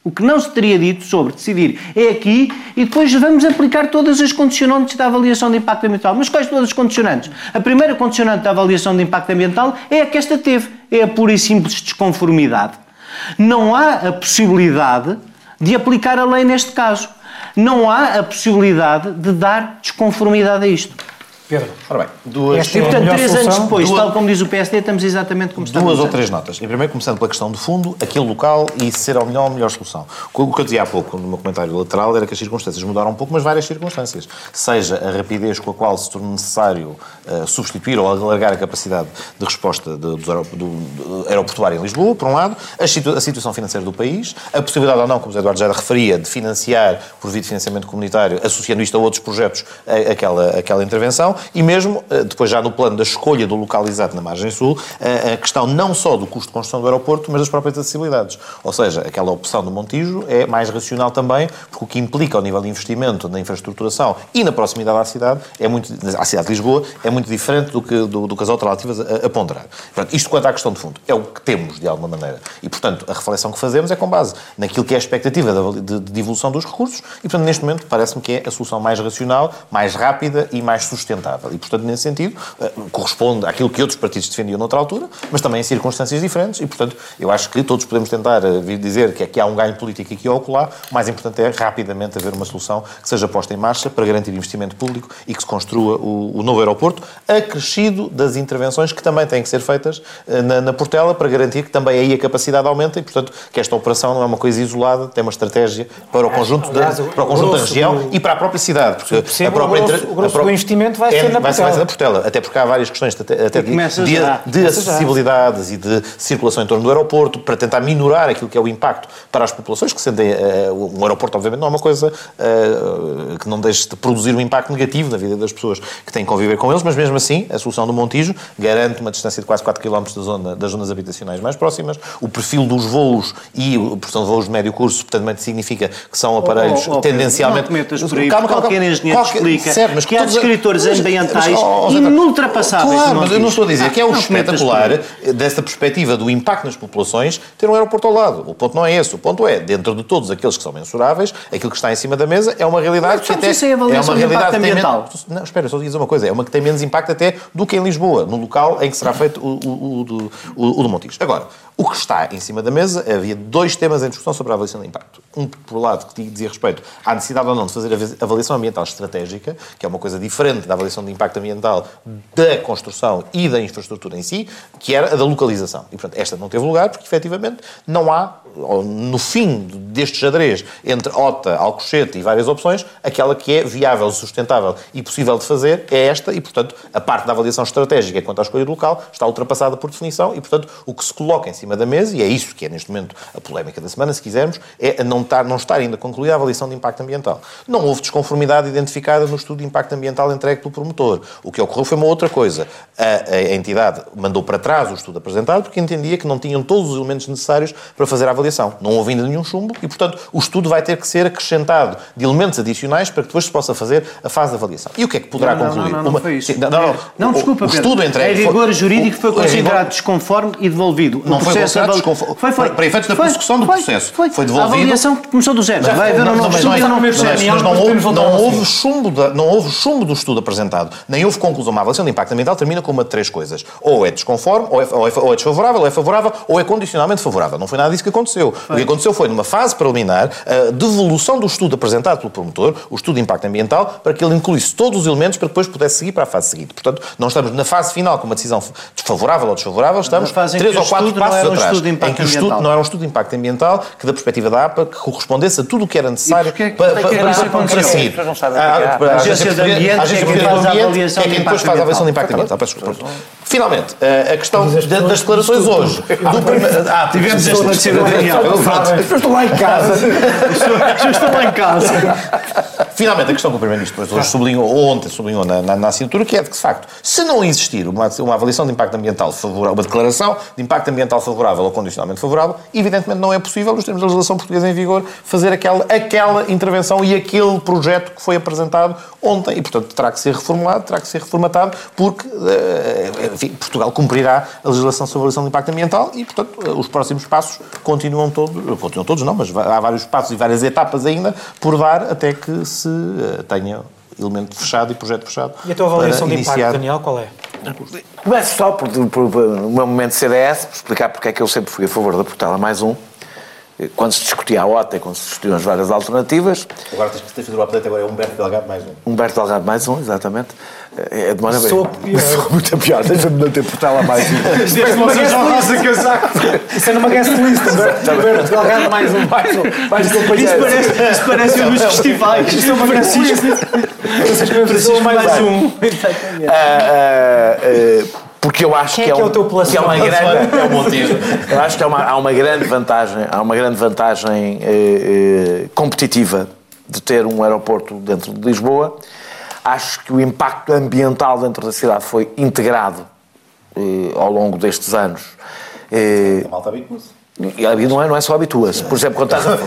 sobre decidir é aqui, e depois vamos aplicar todas as condicionantes da avaliação de impacto ambiental. Mas quais todas as condicionantes? A primeira condicionante da avaliação de impacto ambiental é a que esta teve, é a pura e simples desconformidade. Não há a possibilidade de aplicar a lei neste caso. Não há a possibilidade de dar desconformidade a isto. Pedro. Ora bem, e portanto, 3 anos depois, tal como diz o PSD, estamos exatamente como estamos. 2 ou 3 notas. Em primeiro, começando pela questão do fundo, aquele local e ser a melhor solução. O que eu dizia há pouco no meu comentário lateral era que as circunstâncias mudaram um pouco, mas várias circunstâncias. Seja a rapidez com a qual se torna necessário substituir ou alargar a capacidade de resposta do aeroportuário em Lisboa, por um lado, a situação financeira do país, a possibilidade ou não, como o Eduardo já referia, de financiar por via de financiamento comunitário, associando isto a outros projetos, aquela intervenção. E mesmo, depois já no plano da escolha do local exato na margem sul, a questão não só do custo de construção do aeroporto, mas das próprias acessibilidades. Ou seja, aquela opção do Montijo é mais racional também, porque o que implica ao nível de investimento na infraestruturação e na proximidade à cidade, à cidade de Lisboa, é muito diferente do que as alternativas a ponderar. Portanto, isto quanto à questão de fundo, é o que temos, de alguma maneira. E, portanto, a reflexão que fazemos é com base naquilo que é a expectativa de evolução dos recursos e, portanto, neste momento, parece-me que é a solução mais racional, mais rápida e mais sustentável. E, portanto, nesse sentido, corresponde àquilo que outros partidos defendiam noutra altura, mas também em circunstâncias diferentes e, portanto, eu acho que todos podemos tentar vir dizer que aqui há um ganho político aqui ou acolá. O mais importante é rapidamente haver uma solução que seja posta em marcha para garantir investimento público e que se construa o novo aeroporto, acrescido das intervenções que também têm que ser feitas na Portela para garantir que também aí a capacidade aumenta e, portanto, que esta operação não é uma coisa isolada, tem uma estratégia para o conjunto da região e para a própria cidade. Porque o grosso do investimento vai ser na Portela, até porque há várias questões de acessibilidades e de circulação em torno do aeroporto para tentar minorar aquilo que é o impacto para as populações, que sendo um aeroporto, obviamente, não é uma coisa que não deixe de produzir um impacto negativo na vida das pessoas que têm que conviver com eles, mas mesmo assim, a solução do Montijo garante uma distância de quase 4 km das zonas habitacionais mais próximas, o perfil dos voos e, portanto, voos de médio curso, portanto, significa que são aparelhos tendencialmente... Não cometas por aí, qualquer engenheiro explica que há descritores ambientais inultrapassáveis. Claro, mas eu não estou a dizer que é o espetacular dessa perspectiva do impacto nas populações ter um aeroporto ao lado. O ponto não é esse. O ponto é, dentro de todos aqueles que são mensuráveis, aquilo que está em cima da mesa é uma realidade que até... Isso é avaliação de impacto ambiental. Não, espera, só dizer uma coisa. É uma que tem menos impacto até do que em Lisboa, no local em que será feito o do Montijo. Agora, o que está em cima da mesa, havia 2 temas em discussão sobre a avaliação de impacto. Um, por lado, que dizia respeito à necessidade ou não de fazer a avaliação ambiental estratégica, que é uma coisa diferente da avaliação de impacto ambiental da construção e da infraestrutura em si, que era a da localização. E, portanto, esta não teve lugar porque, efetivamente, não há no fim deste xadrez entre OTA, Alcochete e várias opções, aquela que é viável, sustentável e possível de fazer é esta e, portanto, a parte da avaliação estratégica quanto à escolha do local está ultrapassada por definição e, portanto, o que se coloca em cima da mesa, e é isso que é neste momento a polémica da semana, se quisermos, é não estar ainda concluída a avaliação de impacto ambiental. Não houve desconformidade identificada no estudo de impacto ambiental entregue pelo promotor. O que ocorreu foi uma outra coisa. A entidade mandou para trás o estudo apresentado porque entendia que não tinham todos os elementos necessários para fazer a avaliação. Não houve ainda nenhum chumbo e, portanto, o estudo vai ter que ser acrescentado de elementos adicionais para que depois se possa fazer a fase de avaliação. E o que é que poderá concluir? Não foi isso. Não, desculpa, Pedro. O estudo entregue... É rigor jurídico que foi considerado desconforme e devolvido. Não foi considerado desconforme. Foi. Para efeitos da prossecução do processo. Foi devolvido. A avaliação começou do zero. Vai haver um novo estudo e não houve chumbo do estudo apresentado. Nem houve conclusão. Uma avaliação de impacto ambiental termina com uma de três coisas. Ou é desconforme, ou é desfavorável, ou é favorável, ou é condicionalmente favorável. Não foi nada disso que aconteceu. O que aconteceu foi, numa fase preliminar, a devolução do estudo apresentado pelo promotor, o estudo de impacto ambiental, para que ele incluísse todos os elementos para que depois pudesse seguir para a fase seguinte. Portanto, não estamos na fase final com uma decisão favorável ou desfavorável, estamos 3 ou 4 passos atrás. Em que o estudo não era um estudo de impacto ambiental que, da perspectiva da APA, que correspondesse a tudo o que era necessário para seguir. A Agência de Ambiente é quem depois faz a avaliação de impacto ambiental. Finalmente, a questão das declarações hoje. Tivemos este esclarecimento. Eu estou lá em casa. Finalmente, a questão que o Primeiro-Ministro hoje sublinhou na assinatura, que é de que, de facto, se não existir uma avaliação de impacto ambiental favorável, uma declaração de impacto ambiental favorável ou condicionalmente favorável, evidentemente não é possível, nos termos da legislação portuguesa em vigor, fazer aquela intervenção e aquele projeto que foi apresentado ontem. E, portanto, terá que ser reformulado, terá que ser reformatado, porque, enfim, Portugal cumprirá a legislação sobre a avaliação de impacto ambiental e, portanto, os próximos passos continuam todos não, mas há vários passos e várias etapas ainda por dar até que se tenha elemento fechado e projeto fechado. E a tua avaliação de impacto, Daniel, qual é? Começo só por o meu momento de CDS, por explicar porque é que eu sempre fui a favor da Portela mais um. Quando se discutia a OTA e quando se discutiam as várias alternativas. Agora tens que fazer o update, agora é Humberto Delgado mais um. Humberto Delgado mais um, exatamente. É de maneira sou muito pior, deixa-me não ter Portela mais um. Isso é numa guest list, Humberto Delgado mais um. Isso parece um dos festivais. Isto é uma Francisco mais um. Porque eu acho que é o teu plano? uma grande, é o motivo. Eu acho que há uma grande vantagem competitiva de ter um aeroporto dentro de Lisboa. Acho que o impacto ambiental dentro da cidade foi integrado ao longo destes anos. A malta habitua-se. Não é só habitua-se. Por exemplo, quando estás a...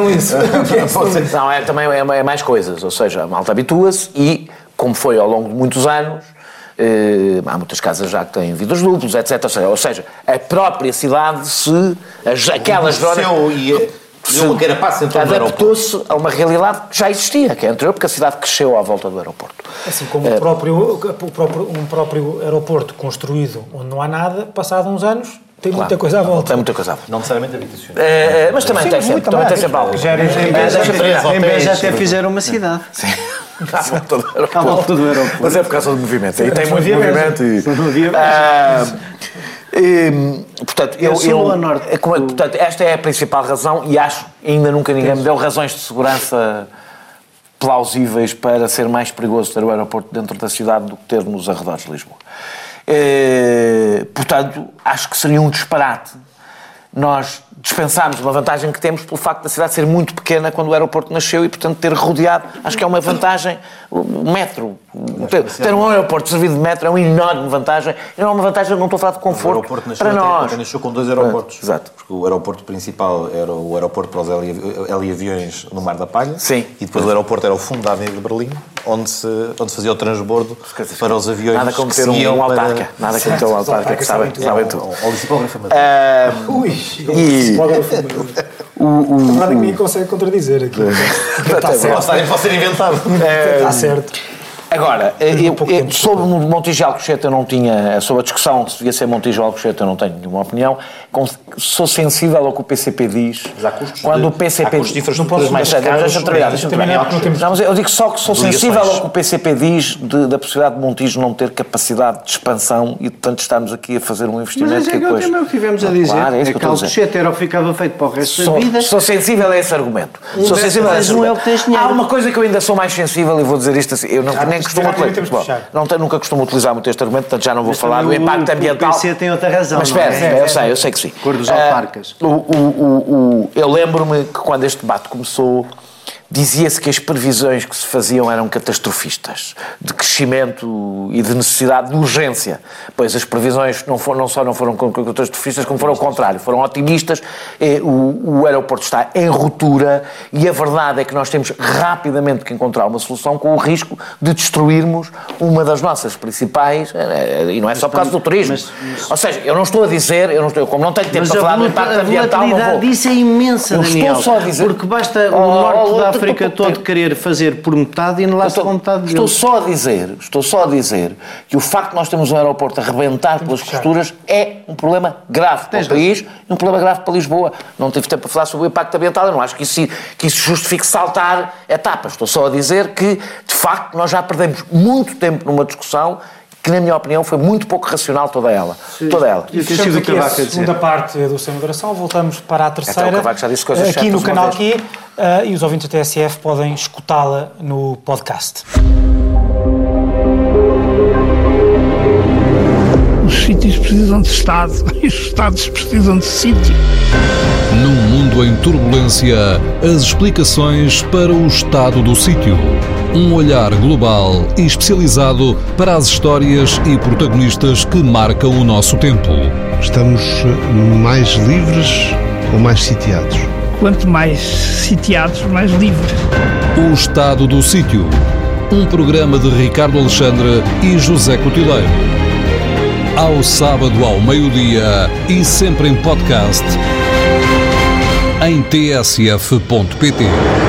Não, também é mais coisas. Ou seja, a malta habitua-se e, como foi ao longo de muitos anos, há muitas casas já que têm vidros duplos, etc. Ou seja, a própria cidade aquelas zonas adaptou-se a uma realidade que já existia, que é anterior, porque a cidade cresceu à volta do aeroporto. Assim como um próprio aeroporto construído onde não há nada, passado uns anos, tem muita coisa à volta. Tem muita coisa à volta. Não necessariamente habitacional. Mas também tem sempre algo. Em Beja até fizeram uma cidade. Sim. À volta do aeroporto. Mas é por causa do movimento. Aí tem muito movimento. Portanto, portanto, esta é a principal razão e acho que ainda nunca ninguém me deu razões de segurança plausíveis para ser mais perigoso ter o aeroporto dentro da cidade do que ter nos arredores de Lisboa. Portanto, acho que seria um disparate nós dispensarmos uma vantagem que temos pelo facto da cidade ser muito pequena quando o aeroporto nasceu e, portanto, ter rodeado, acho que é uma vantagem, o metro, ter um aeroporto servido de metro é uma enorme vantagem, e não é uma vantagem, não estou a falar de conforto para nós. Nasceu com 2 aeroportos. Exato. Porque o aeroporto principal era o aeroporto para os heliaviões no Mar da Palha. Sim. E depois o aeroporto era o fundo da Avenida de Berlim, onde se fazia o transbordo para os aviões. Nada como ter um autarca. Nada como ter um autarca, que sabem tudo. Ou tipógrafo. Nada que me consegue contradizer aqui. Está certo. Pode ser inventado. Está certo. Agora, sobre Montijo e Alcochete eu não tinha, sobre a discussão se devia ser Montijo ou Alcochete eu não tenho nenhuma opinião. Sou sensível ao que o PCP diz. Mas há custos quando o PCP de infraestruturas mais caras. Deixa-me terminar. Não, mas eu digo só que sou sensível ao que o PCP diz da possibilidade de Montijo não ter capacidade de expansão e, portanto, estamos aqui a fazer um investimento mas é que depois... Mas é o que tivemos a dizer. Claro, é que Alcochete era o que ficava feito para o resto da vida. Sou sensível a esse argumento. Sou sensível a esse argumento. Há uma coisa que eu ainda sou mais sensível e vou dizer isto assim. Eu nem costumo nunca costumo utilizar muito este argumento, portanto já não vou falar do impacto ambiental. O PC tem outra razão. Mas espera, eu sei que sim. Cor dos autarcas. Eu lembro-me que quando este debate começou, dizia-se que as previsões que se faziam eram catastrofistas, de crescimento e de necessidade de urgência. Pois as previsões não só não foram catastrofistas, como foram ao contrário, foram otimistas. O aeroporto está em ruptura e a verdade é que nós temos rapidamente que encontrar uma solução com o risco de destruirmos uma das nossas principais, e não é só por causa do turismo. Ou seja, eu não estou a dizer, como não tenho tempo para falar do impacto ambiental, não vou. A volatilidade disso é imensa, Daniel. Estou só a dizer... Porque basta o norte da África todo querer fazer por metade e não lá se vontade dele. Estou só a dizer que o facto de nós termos um aeroporto a rebentar pelas costuras é um problema grave para o país e um problema grave para Lisboa. Não tive tempo para falar sobre o impacto ambiental, eu não acho que isso justifique saltar etapas. Estou só a dizer que, de facto, nós já perdemos muito tempo numa discussão que, na minha opinião, foi muito pouco racional toda ela. E fechamos aqui a segunda parte do Sem Moderação, voltamos para a terceira, então, o Cavaco já disse coisas aqui no canal aqui, e os ouvintes da TSF podem escutá-la no podcast. Os sítios precisam de Estado e os Estados precisam de sítio. Num mundo em turbulência, as explicações para o estado do sítio. Um olhar global e especializado para as histórias e protagonistas que marcam o nosso tempo. Estamos mais livres ou mais sitiados? Quanto mais sitiados, mais livres. O Estado do Sítio. Um programa de Ricardo Alexandre e José Cotileiro. Ao sábado ao meio-dia e sempre em podcast em tsf.pt.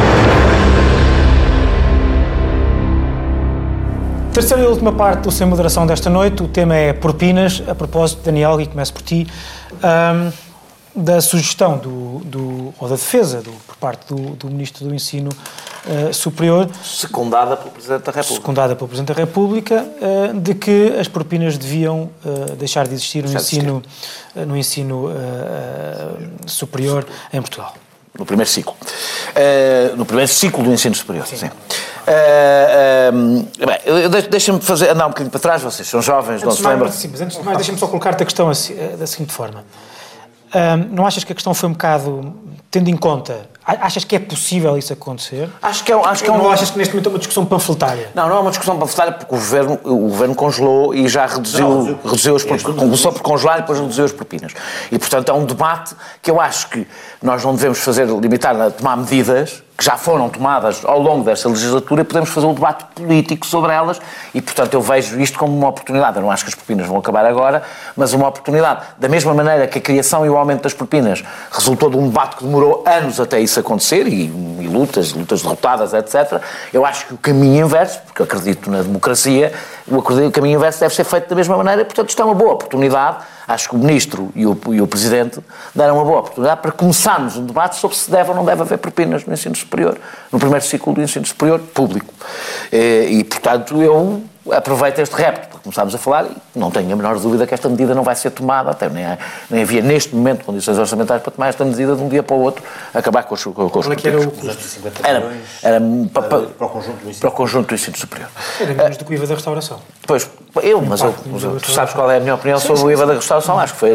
Terceira e última parte do Sem Moderação desta noite, o tema é propinas. A propósito, Daniel, e começo por ti, da sugestão ou da defesa por parte do Ministro do Ensino Superior, secundada pelo Presidente da República, de que as propinas deviam deixar de existir no ensino superior em Portugal. No primeiro ciclo. No primeiro ciclo do ensino superior, sim. Deixa-me andar um bocadinho para trás, vocês são jovens, não se lembram? Sim, mas antes de mais, deixa-me só colocar-te a questão da seguinte forma. Não achas que a questão foi um bocado, tendo em conta, achas que é possível isso acontecer? Não achas que neste momento é uma discussão panfletária? Não é uma discussão panfletária porque o governo congelou e já reduziu as propinas. Começou por congelar e depois reduziu as propinas. E, portanto, é um debate que eu acho que nós não devemos limitar a tomar medidas que já foram tomadas ao longo desta legislatura e podemos fazer um debate político sobre elas e, portanto, eu vejo isto como uma oportunidade. Eu não acho que as propinas vão acabar agora, mas uma oportunidade. Da mesma maneira que a criação e o aumento das propinas resultou de um debate que demorou anos até isso acontecer e lutas derrotadas, etc. Eu acho que o caminho inverso, porque eu acredito na democracia, o caminho inverso deve ser feito da mesma maneira e, portanto, isto é uma boa oportunidade. Acho que o Ministro e o Presidente deram uma boa oportunidade para começarmos um debate sobre se deve ou não deve haver propinas no ensino superior, no primeiro ciclo do ensino superior público. E, portanto, eu aproveito este repto para começarmos a falar e não tenho a menor dúvida que esta medida não vai ser tomada, até nem havia neste momento condições orçamentais para tomar esta medida de um dia para o outro, acabar com os Qual é que era o custo? Era para o conjunto do ensino superior. Era menos do que o IVA da restauração. Pois, tu sabes qual é a minha opinião sobre o IVA da restauração? Acho que foi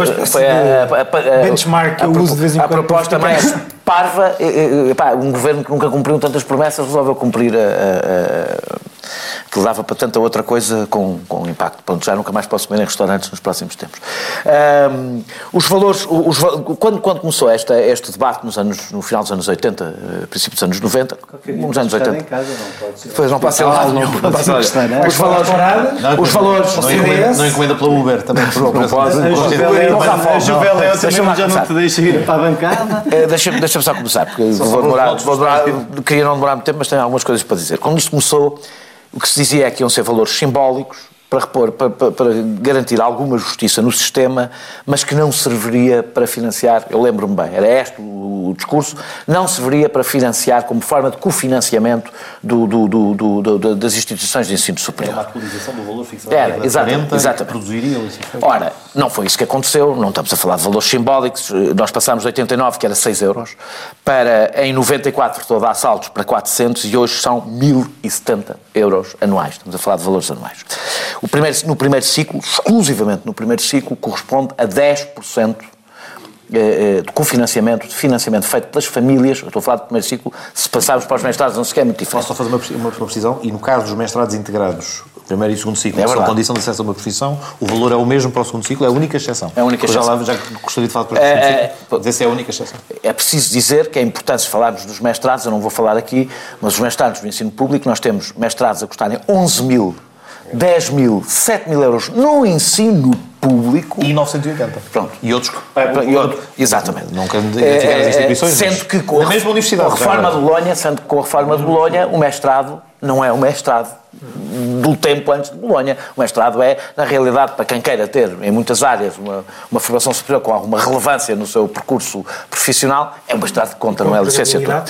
a benchmark que eu uso de vez em quando. A proposta mais parva, um governo que nunca cumpriu tantas promessas resolveu cumprir que levava para tanta outra coisa com impacto. Pronto, já nunca mais posso comer em restaurantes nos próximos tempos. Os valores, quando começou este debate no final dos anos 80, princípio dos anos 90, nos anos 80. Em casa, não pode ser. Pois não passa lá nenhum. Os valores. Não encomenda pela Uber também. A Juveléu também já não te deixa ir para a bancada. Deixa-me só começar, porque queria não demorar muito tempo, mas tenho algumas coisas para dizer. Quando isto começou, O que se dizia é que iam ser valores simbólicos para garantir alguma justiça no sistema, mas que não serviria para financiar, eu lembro-me bem, era este o discurso, não serviria para financiar como forma de cofinanciamento das instituições de ensino superior. Era uma atualização do valor fixado. Era, exatamente. Produziriam isso. Ora, não foi isso que aconteceu, não estamos a falar de valores simbólicos, nós passámos de 89, que era 6 euros, para, em 94, estou a dar saltos para 400 e hoje são 1.070 euros anuais. Estamos a falar de valores anuais. No primeiro ciclo, exclusivamente no primeiro ciclo, corresponde a 10% de cofinanciamento, de financiamento feito pelas famílias. Eu estou a falar do primeiro ciclo, se passarmos para os mestrados não sequer é muito diferente. Posso só fazer uma precisão? E no caso dos mestrados integrados, primeiro e segundo ciclo, são condição de acesso a uma profissão, o valor é o mesmo para o segundo ciclo, é a única exceção. É a única exceção. Já gostaria de falar para o segundo ciclo, dizer se é a única exceção. É preciso dizer que é importante, se falarmos dos mestrados, eu não vou falar aqui, mas os mestrados do ensino público, nós temos mestrados a custarem 11.000, 10.000, 7.000 euros no ensino público. E 980. Pronto. E outros? Exatamente. Não quero identificar as instituições, sendo que com a mesma universidade. Com a reforma de Bolonha, sendo que com a reforma de Bolonha, o mestrado não é o mestrado do tempo antes de Bolonha. O mestrado é, na realidade, para quem queira ter, em muitas áreas, uma formação superior com alguma relevância no seu percurso profissional, é um mestrado que conta, não é a licenciatura.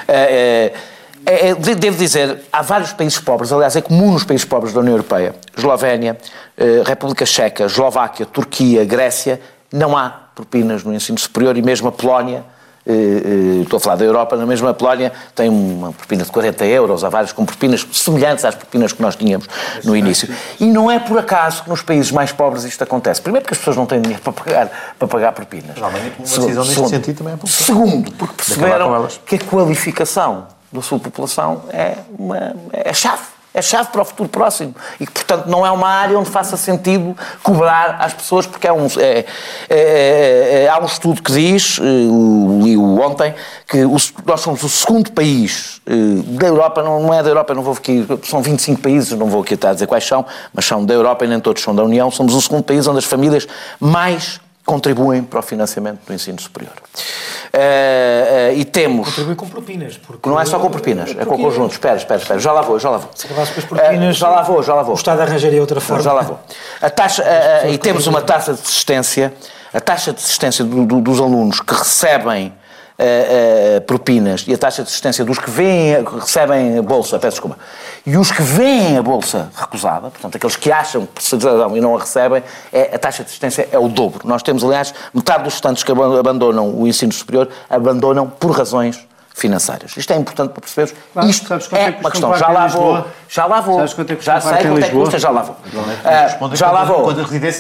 Devo dizer, há vários países pobres, aliás, é comum nos países pobres da União Europeia, Eslovénia, República Checa, Eslováquia, Turquia, Grécia, não há propinas no ensino superior e mesmo a Polónia, estou a falar da Europa, na mesma Polónia tem uma propina de 40 euros, há vários com propinas semelhantes às propinas que nós tínhamos no início. E não é por acaso que nos países mais pobres isto acontece. Primeiro porque as pessoas não têm dinheiro para pagar propinas. Realmente uma decisão neste sentido também é pouco. Segundo, porque perceberam que a qualificação da sua população é chave para o futuro próximo e que, portanto, não é uma área onde faça sentido cobrar às pessoas, porque há um estudo que diz, li-o ontem, que nós somos o segundo país da Europa, não é da Europa, não vou aqui, são 25 países, não vou aqui estar a dizer quais são, mas são da Europa e nem todos são da União, somos o segundo país onde as famílias mais contribuem para o financiamento do ensino superior. E temos... Contribui com propinas. Porque não é só com propinas, é com o conjunto. Espera, já lá vou. Se acabasse com as propinas, já lá vou. O Estado arranjaria outra forma. Já lá vou. E temos uma taxa de desistência, a taxa de desistência dos alunos que recebem propinas e a taxa de desistência dos que recebem a bolsa, peço desculpa, e os que veem a bolsa recusada, portanto, aqueles que acham que precisam e não a recebem, a taxa de desistência é o dobro. Nós temos, aliás, metade dos estudantes que abandonam o ensino superior abandonam por razões financeiras. Isto é importante para percebermos. Isto é uma questão. Já lá vou. Já sei quanto é que custa, já lá vou. Já lá vou.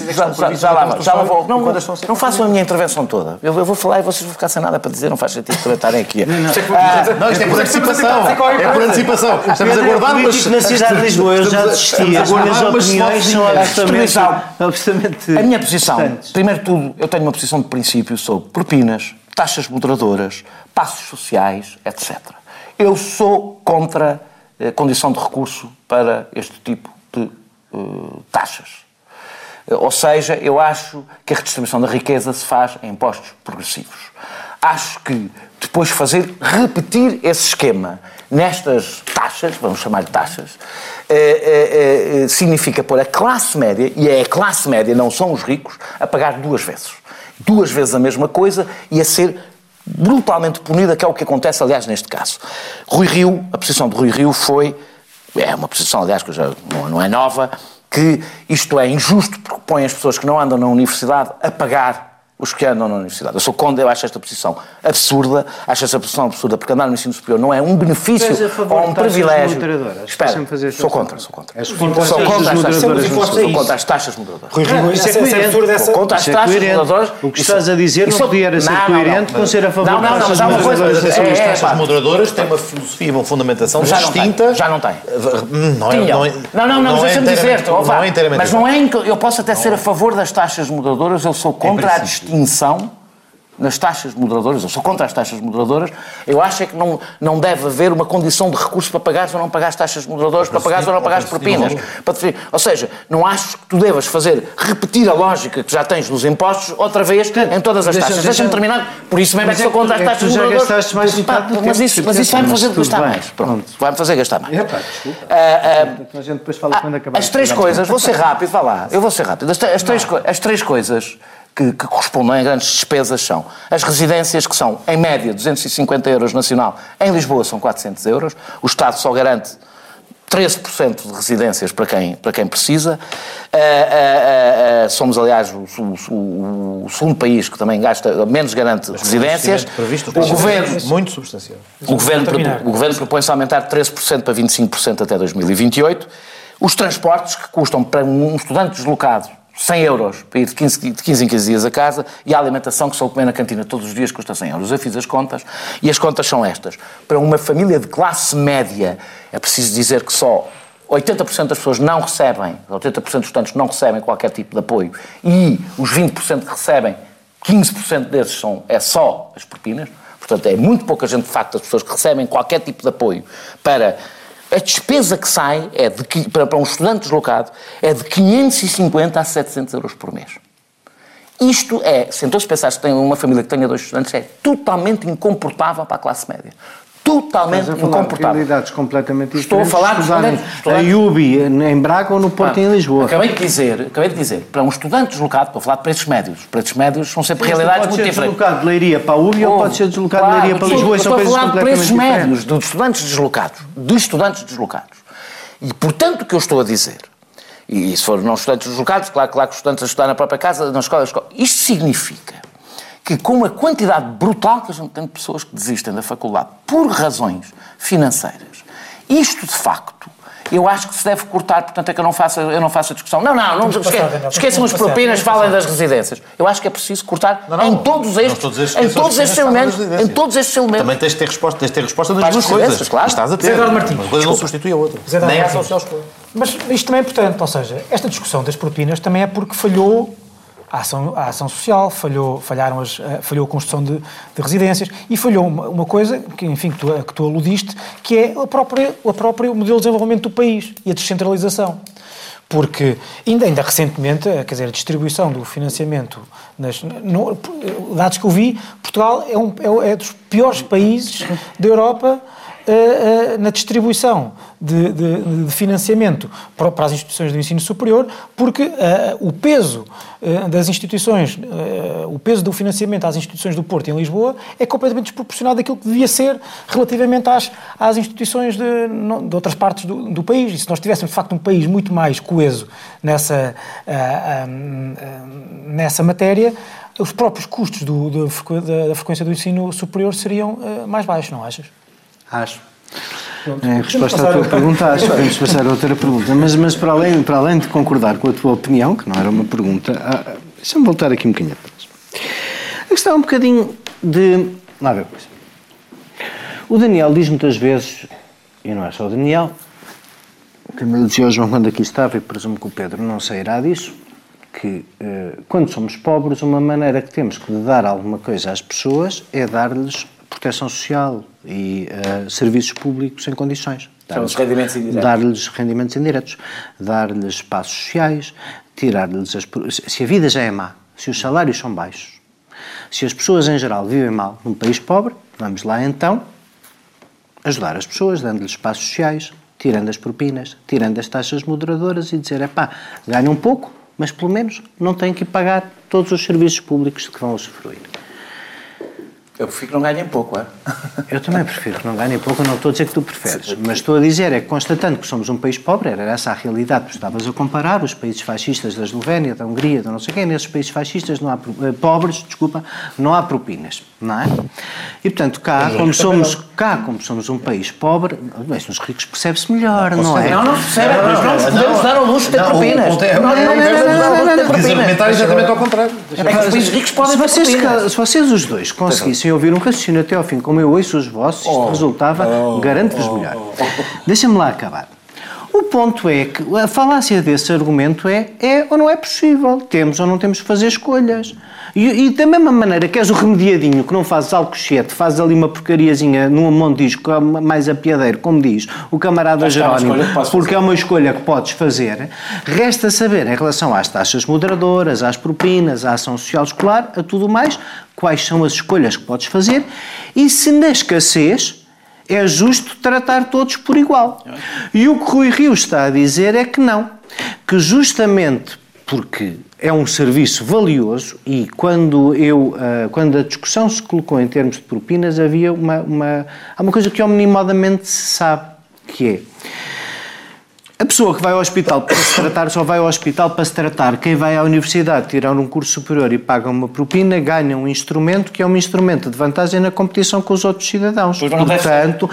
Não façam a minha intervenção toda. Eu vou falar e vocês vão ficar sem nada para dizer, não faz sentido para estarem aqui. Não, isto é por antecipação. É por antecipação. Estamos a guardar umas... Na cidade de Lisboa eu já desisti. As minhas opiniões são absolutamente... A minha posição, primeiro de tudo, eu tenho uma posição de princípio sobre propinas, taxas moderadoras, passos sociais, etc. Eu sou contra a condição de recurso para este tipo de taxas. Ou seja, eu acho que a redistribuição da riqueza se faz em impostos progressivos. Acho que depois repetir esse esquema nestas taxas, vamos chamar-lhe taxas, significa pôr a classe média, e é a classe média, não são os ricos, a pagar duas vezes a mesma coisa e a ser brutalmente punida, que é o que acontece, aliás, neste caso. A posição de Rui Rio é uma posição, aliás, que já não é nova, que isto é injusto porque põe as pessoas que não andam na universidade a pagar os que andam na universidade. Eu acho esta posição absurda, porque andar no ensino superior não é um benefício ou um privilégio. Espera, sou contra. Sou contra as taxas moderadoras. Isso é coerente. Contra as taxas moderadoras. O que estás a dizer não podia ser coerente com ser a favor das taxas moderadoras. As taxas moderadoras têm uma filosofia, uma fundamentação distinta. Já não tem. Não, deixa-me dizer-te. Mas não é eu posso até ser a favor das taxas moderadoras, eu sou contra a distinção nas taxas moderadoras, eu sou contra as taxas moderadoras, eu acho é que não deve haver uma condição de recurso para pagares ou não pagares taxas moderadoras, para pagares ou não pagares propinas. Ou seja, não acho que tu devas repetir a lógica que já tens nos impostos outra vez em todas as taxas. Deixa-me terminar, por isso mesmo é que sou contra as taxas moderadoras. Mas isso vai-me fazer gastar mais. Pronto, vai-me fazer gastar mais. A gente depois fala quando acabar. As três coisas, vou ser rápido, vá lá, eu vou ser rápido. As três coisas que correspondem a grandes despesas são as residências, que são, em média, 250 euros nacional. Em Lisboa são 400 euros. O Estado só garante 13% de residências para quem precisa. Somos, aliás, o segundo país que também menos garante residências. O governo, muito substancial. O governo propõe-se aumentar de 13% para 25% até 2028. Os transportes, que custam para um estudante deslocado 100 euros para ir de 15 em 15 dias a casa, e a alimentação, que só comer na cantina todos os dias, custa 100 euros. Eu fiz as contas, e as contas são estas. Para uma família de classe média, é preciso dizer que só 80% das pessoas não recebem, 80% dos estudantes não recebem qualquer tipo de apoio, e os 20% que recebem, 15% desses é só as propinas. Portanto, é muito pouca gente, de facto, das pessoas que recebem qualquer tipo de apoio para... A despesa que sai para um estudante deslocado é de 550 a 700 euros por mês. Isto sentou-se a pensar, se tem uma família que tenha 2 estudantes, é totalmente incomportável para a classe média. Totalmente incomportável. Realidades completamente diferentes. Estou a falar de UBI em Braga ou no Porto em Lisboa. Acabei de dizer, para um estudante deslocado, estou a falar de preços médios. Preços médios são sempre realidades muito diferentes. Pode ser deslocado de Leiria para a UBI ou pode ser deslocado de Leiria para Lisboa, e são preços completamente diferentes. Estou a falar de preços médios de estudantes deslocados. E, portanto, o que eu estou a dizer, e se for não estudantes deslocados, claro que os estudantes a estudar na própria casa, na escola, isto significa que, com a quantidade brutal que a gente tem de pessoas que desistem da faculdade por razões financeiras, isto, de facto, eu acho que se deve cortar. Portanto, é que eu não faço a discussão. Não esqueçam as propinas, falem das residências. Eu acho que é preciso cortar em todos estes elementos. Também tens de ter resposta das duas coisas. Claro. Estás a ter. Uma coisa não substitui a outra. Nem a ação social escolar. Mas isto também é importante, ou seja, esta discussão das propinas também é porque falhou a ação social, falhou a construção de residências, e falhou uma coisa que, enfim, que tu aludiste, que é o próprio modelo de desenvolvimento do país e a descentralização. Porque ainda recentemente, quer dizer, a distribuição do financiamento, dados que eu vi, Portugal é dos piores países da Europa na distribuição de financiamento para as instituições do ensino superior, porque o peso das instituições, o peso do financiamento às instituições do Porto e em Lisboa é completamente desproporcionado daquilo que devia ser relativamente às instituições de outras partes do país. E se nós tivéssemos, de facto, um país muito mais coeso nessa matéria, os próprios custos da frequência do ensino superior seriam mais baixos, não achas? Acho. Em resposta à tua pergunta, acho que podemos passar a outra pergunta. Mas para além de concordar com a tua opinião, que não era uma pergunta, deixa-me voltar aqui um bocadinho atrás. A questão é um bocadinho de... Lá ver coisa. O Daniel diz muitas vezes, e não é só o Daniel, como eu dizia ao João quando aqui estava, e presumo que o Pedro não sairá disso, que quando somos pobres, uma maneira que temos de dar alguma coisa às pessoas é dar-lhes proteção social e serviços públicos em condições. São-os rendimentos indiretos. Dar-lhes rendimentos indiretos, dar-lhes espaços sociais, tirar-lhes se a vida já é má, se os salários são baixos, se as pessoas em geral vivem mal num país pobre, vamos lá então ajudar as pessoas, dando-lhes espaços sociais, tirando as propinas, tirando as taxas moderadoras e dizer, ganham um pouco, mas pelo menos não têm que pagar todos os serviços públicos de que vão usufruir. Eu prefiro que não ganhem pouco, é? Eu também prefiro que não ganhem pouco, eu não estou a dizer que tu preferes, mas estou a dizer constatando que somos um país pobre, era essa a realidade, tu estavas a comparar os países fascistas da Eslovénia, da Hungria, da não sei quem, nesses países fascistas não há não há propinas, não é? E portanto, como somos um país pobre, mas nos ricos percebe-se melhor, não é? Não percebe, nós não podemos dar ao luxo de ter propinas. Não podemos dar ao luxo de ter propinas. Argumentar exatamente ao contrário. É que os países ricos podem ter propinas. Se vocês os dois conseguissem ouvir um raciocínio até ao fim, como eu ouço os vossos, isto resultava, garanto-vos melhor. Deixa-me lá acabar. O ponto é que a falácia desse argumento é ou não é possível. Temos ou não temos que fazer escolhas. E da mesma maneira que és o remediadinho, que não fazes alcochete, fazes ali uma porcariazinha num monte de disco mais apiadeiro, como diz o camarada Jerónimo, porque é uma escolha que podes fazer, resta saber em relação às taxas moderadoras, às propinas, à ação social escolar, a tudo mais, quais são as escolhas que podes fazer e se na escassez é justo tratar todos por igual. E o que Rui Rio está a dizer é que não, que justamente porque é um serviço valioso e quando a discussão se colocou em termos de propinas havia há uma coisa que minimamente se sabe, que é a pessoa que vai ao hospital para se tratar só vai ao hospital para se tratar. Quem vai à universidade tirar um curso superior e paga uma propina ganha um instrumento que é um instrumento de vantagem na competição com os outros cidadãos. Portanto,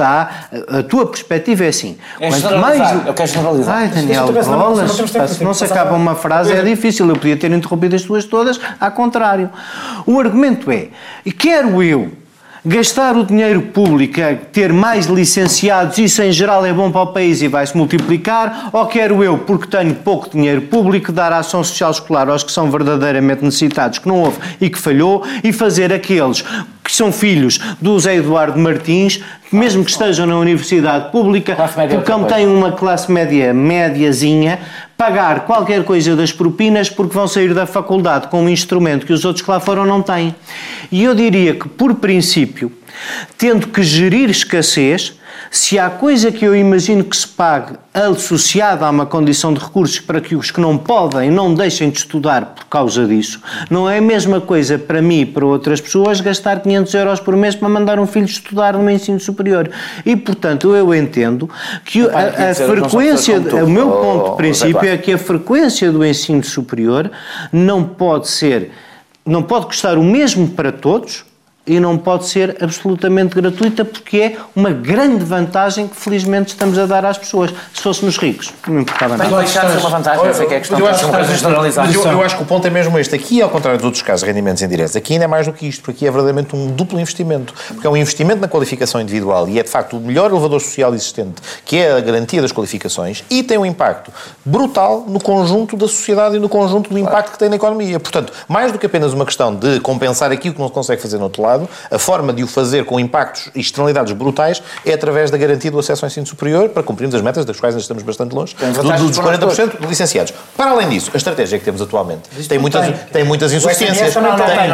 a tua perspectiva é assim. Quanto mais... Eu quero generalizar. Ai, Daniel, bolas, se não se acaba uma frase é difícil. Eu podia ter interrompido as duas todas, ao contrário. O argumento é, quero eu gastar o dinheiro público a ter mais licenciados, isso em geral é bom para o país e vai-se multiplicar, ou quero eu, porque tenho pouco dinheiro público, dar a ação social escolar aos que são verdadeiramente necessitados, que não houve e que falhou, e fazer aqueles que são filhos do Zé Eduardo Martins, mesmo que estejam na universidade pública, porque não têm uma classe média médiazinha, pagar qualquer coisa das propinas porque vão sair da faculdade com um instrumento que os outros que lá foram não têm. E eu diria que, por princípio, tendo que gerir escassez, se há coisa que eu imagino que se pague associada a uma condição de recursos para que os que não podem não deixem de estudar por causa disso, não é a mesma coisa para mim e para outras pessoas gastar 500 euros por mês para mandar um filho estudar no ensino superior. E, portanto, eu entendo que a frequência, o meu ponto de princípio é que a frequência do ensino superior não pode custar o mesmo para todos, e não pode ser absolutamente gratuita porque é uma grande vantagem que felizmente estamos a dar às pessoas. Se fôssemos ricos, não importava nada. Mas deixar de ser uma vantagem, essa é que é a questão. Eu acho que o ponto é mesmo este. Aqui, ao contrário dos outros casos de rendimentos indiretos, aqui ainda é mais do que isto, porque aqui é verdadeiramente um duplo investimento. Porque é um investimento na qualificação individual e é, de facto, o melhor elevador social existente, que é a garantia das qualificações, e tem um impacto brutal no conjunto da sociedade e no conjunto do impacto que tem na economia. Portanto, mais do que apenas uma questão de compensar aquilo que não se consegue fazer no outro lado, a forma de o fazer com impactos e externalidades brutais é através da garantia do acesso ao ensino superior para cumprirmos as metas, das quais ainda estamos bastante longe, dos 40% de licenciados. Para além disso, a estratégia que temos atualmente tem muitas insuficiências. Não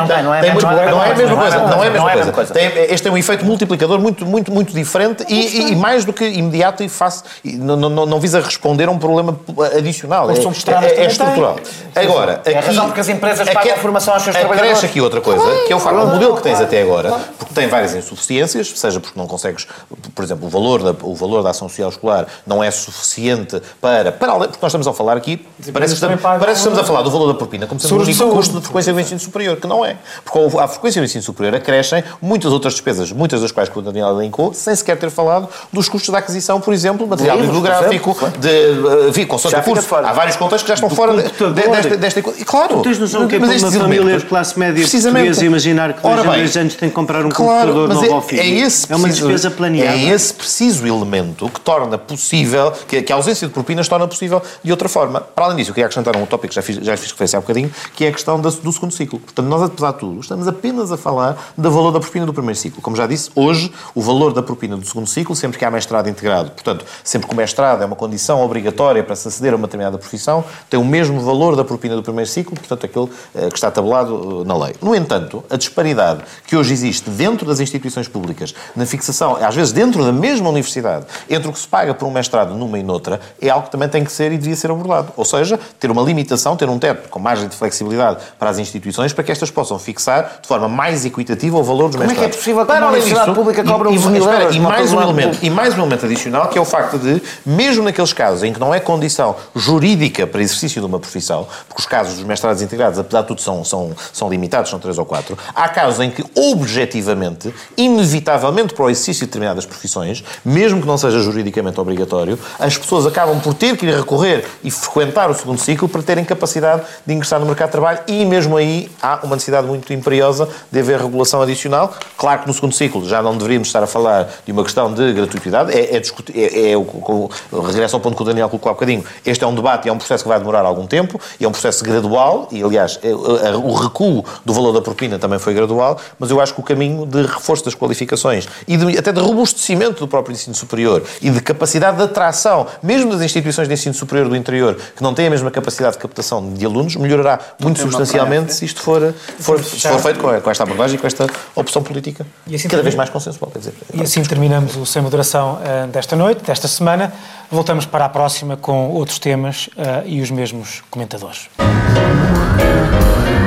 é a mesma coisa. Este é um efeito multiplicador muito diferente e mais do que imediato e não visa responder a um problema adicional. É estrutural. Agora, é a razão porque as empresas pagam a formação aos seus trabalhadores. Acresce aqui outra coisa, que é o facto, o modelo que tens até agora, porque tem várias insuficiências, seja porque não consegues, por exemplo, o valor da ação social escolar não é suficiente para além, porque nós estamos a falar aqui, parece que estamos a falar do valor da propina como sendo o único custo de frequência do ensino superior, que não é. Porque à frequência do ensino superior acrescem muitas outras despesas, muitas das quais que o Daniel elencou, sem sequer ter falado dos custos da aquisição, por exemplo, material bibliográfico, de consulta de curso. Há vários contextos que já estão fora desta... E claro, tens noção que é para uma família de classe média portuguesa imaginar que 2 anos tem que comprar um computador novo ao filho. É uma despesa planeada. É esse preciso elemento que torna possível, que a ausência de propinas torna possível de outra forma. Para além disso, eu queria acrescentar um tópico que já fiz referência há bocadinho, que é a questão do segundo ciclo. Portanto, nós, apesar de tudo, estamos apenas a falar do valor da propina do primeiro ciclo. Como já disse, hoje, o valor da propina do segundo ciclo, sempre que há mestrado integrado, portanto, sempre que o mestrado é uma condição obrigatória para se aceder a uma determinada profissão, tem o mesmo valor da propina do primeiro ciclo, portanto, aquele que está tabulado na lei. No entanto, a disparidade que hoje existe dentro das instituições públicas, na fixação, às vezes dentro da mesma universidade, entre o que se paga por um mestrado numa e noutra, é algo que também tem que ser e devia ser abordado. Ou seja, ter uma limitação, ter um teto com margem de flexibilidade para as instituições, para que estas possam fixar de forma mais equitativa o valor dos mestrados. Como é que é possível que uma universidade pública cobra uns 1.000 euros? E mais um elemento adicional, que é o facto de, mesmo naqueles casos em que não é condição jurídica para exercício de uma profissão, porque os casos dos mestrados integrados, apesar de tudo, são limitados, são 3 ou 4, há casos em que objetivamente, inevitavelmente para o exercício de determinadas profissões, mesmo que não seja juridicamente obrigatório, as pessoas acabam por ter que ir recorrer e frequentar o segundo ciclo para terem capacidade de ingressar no mercado de trabalho, e mesmo aí há uma necessidade muito imperiosa de haver regulação adicional. Claro que no segundo ciclo já não deveríamos estar a falar de uma questão de gratuitidade, regresso ao ponto que o Daniel colocou há bocadinho. Este é um debate e é um processo que vai demorar algum tempo, e é um processo gradual, e aliás o recuo do valor da propina também foi gradual, mas eu acho que o caminho de reforço das qualificações e até de robustecimento do próprio ensino superior e de capacidade de atração, mesmo das instituições de ensino superior do interior, que não têm a mesma capacidade de captação de alunos, melhorará muito substancialmente se isto for feito com esta abordagem e com esta opção política assim cada vez mais consensual. Quer dizer, e assim terminamos o Sem Moderação desta noite, desta semana. Voltamos para a próxima com outros temas e os mesmos comentadores.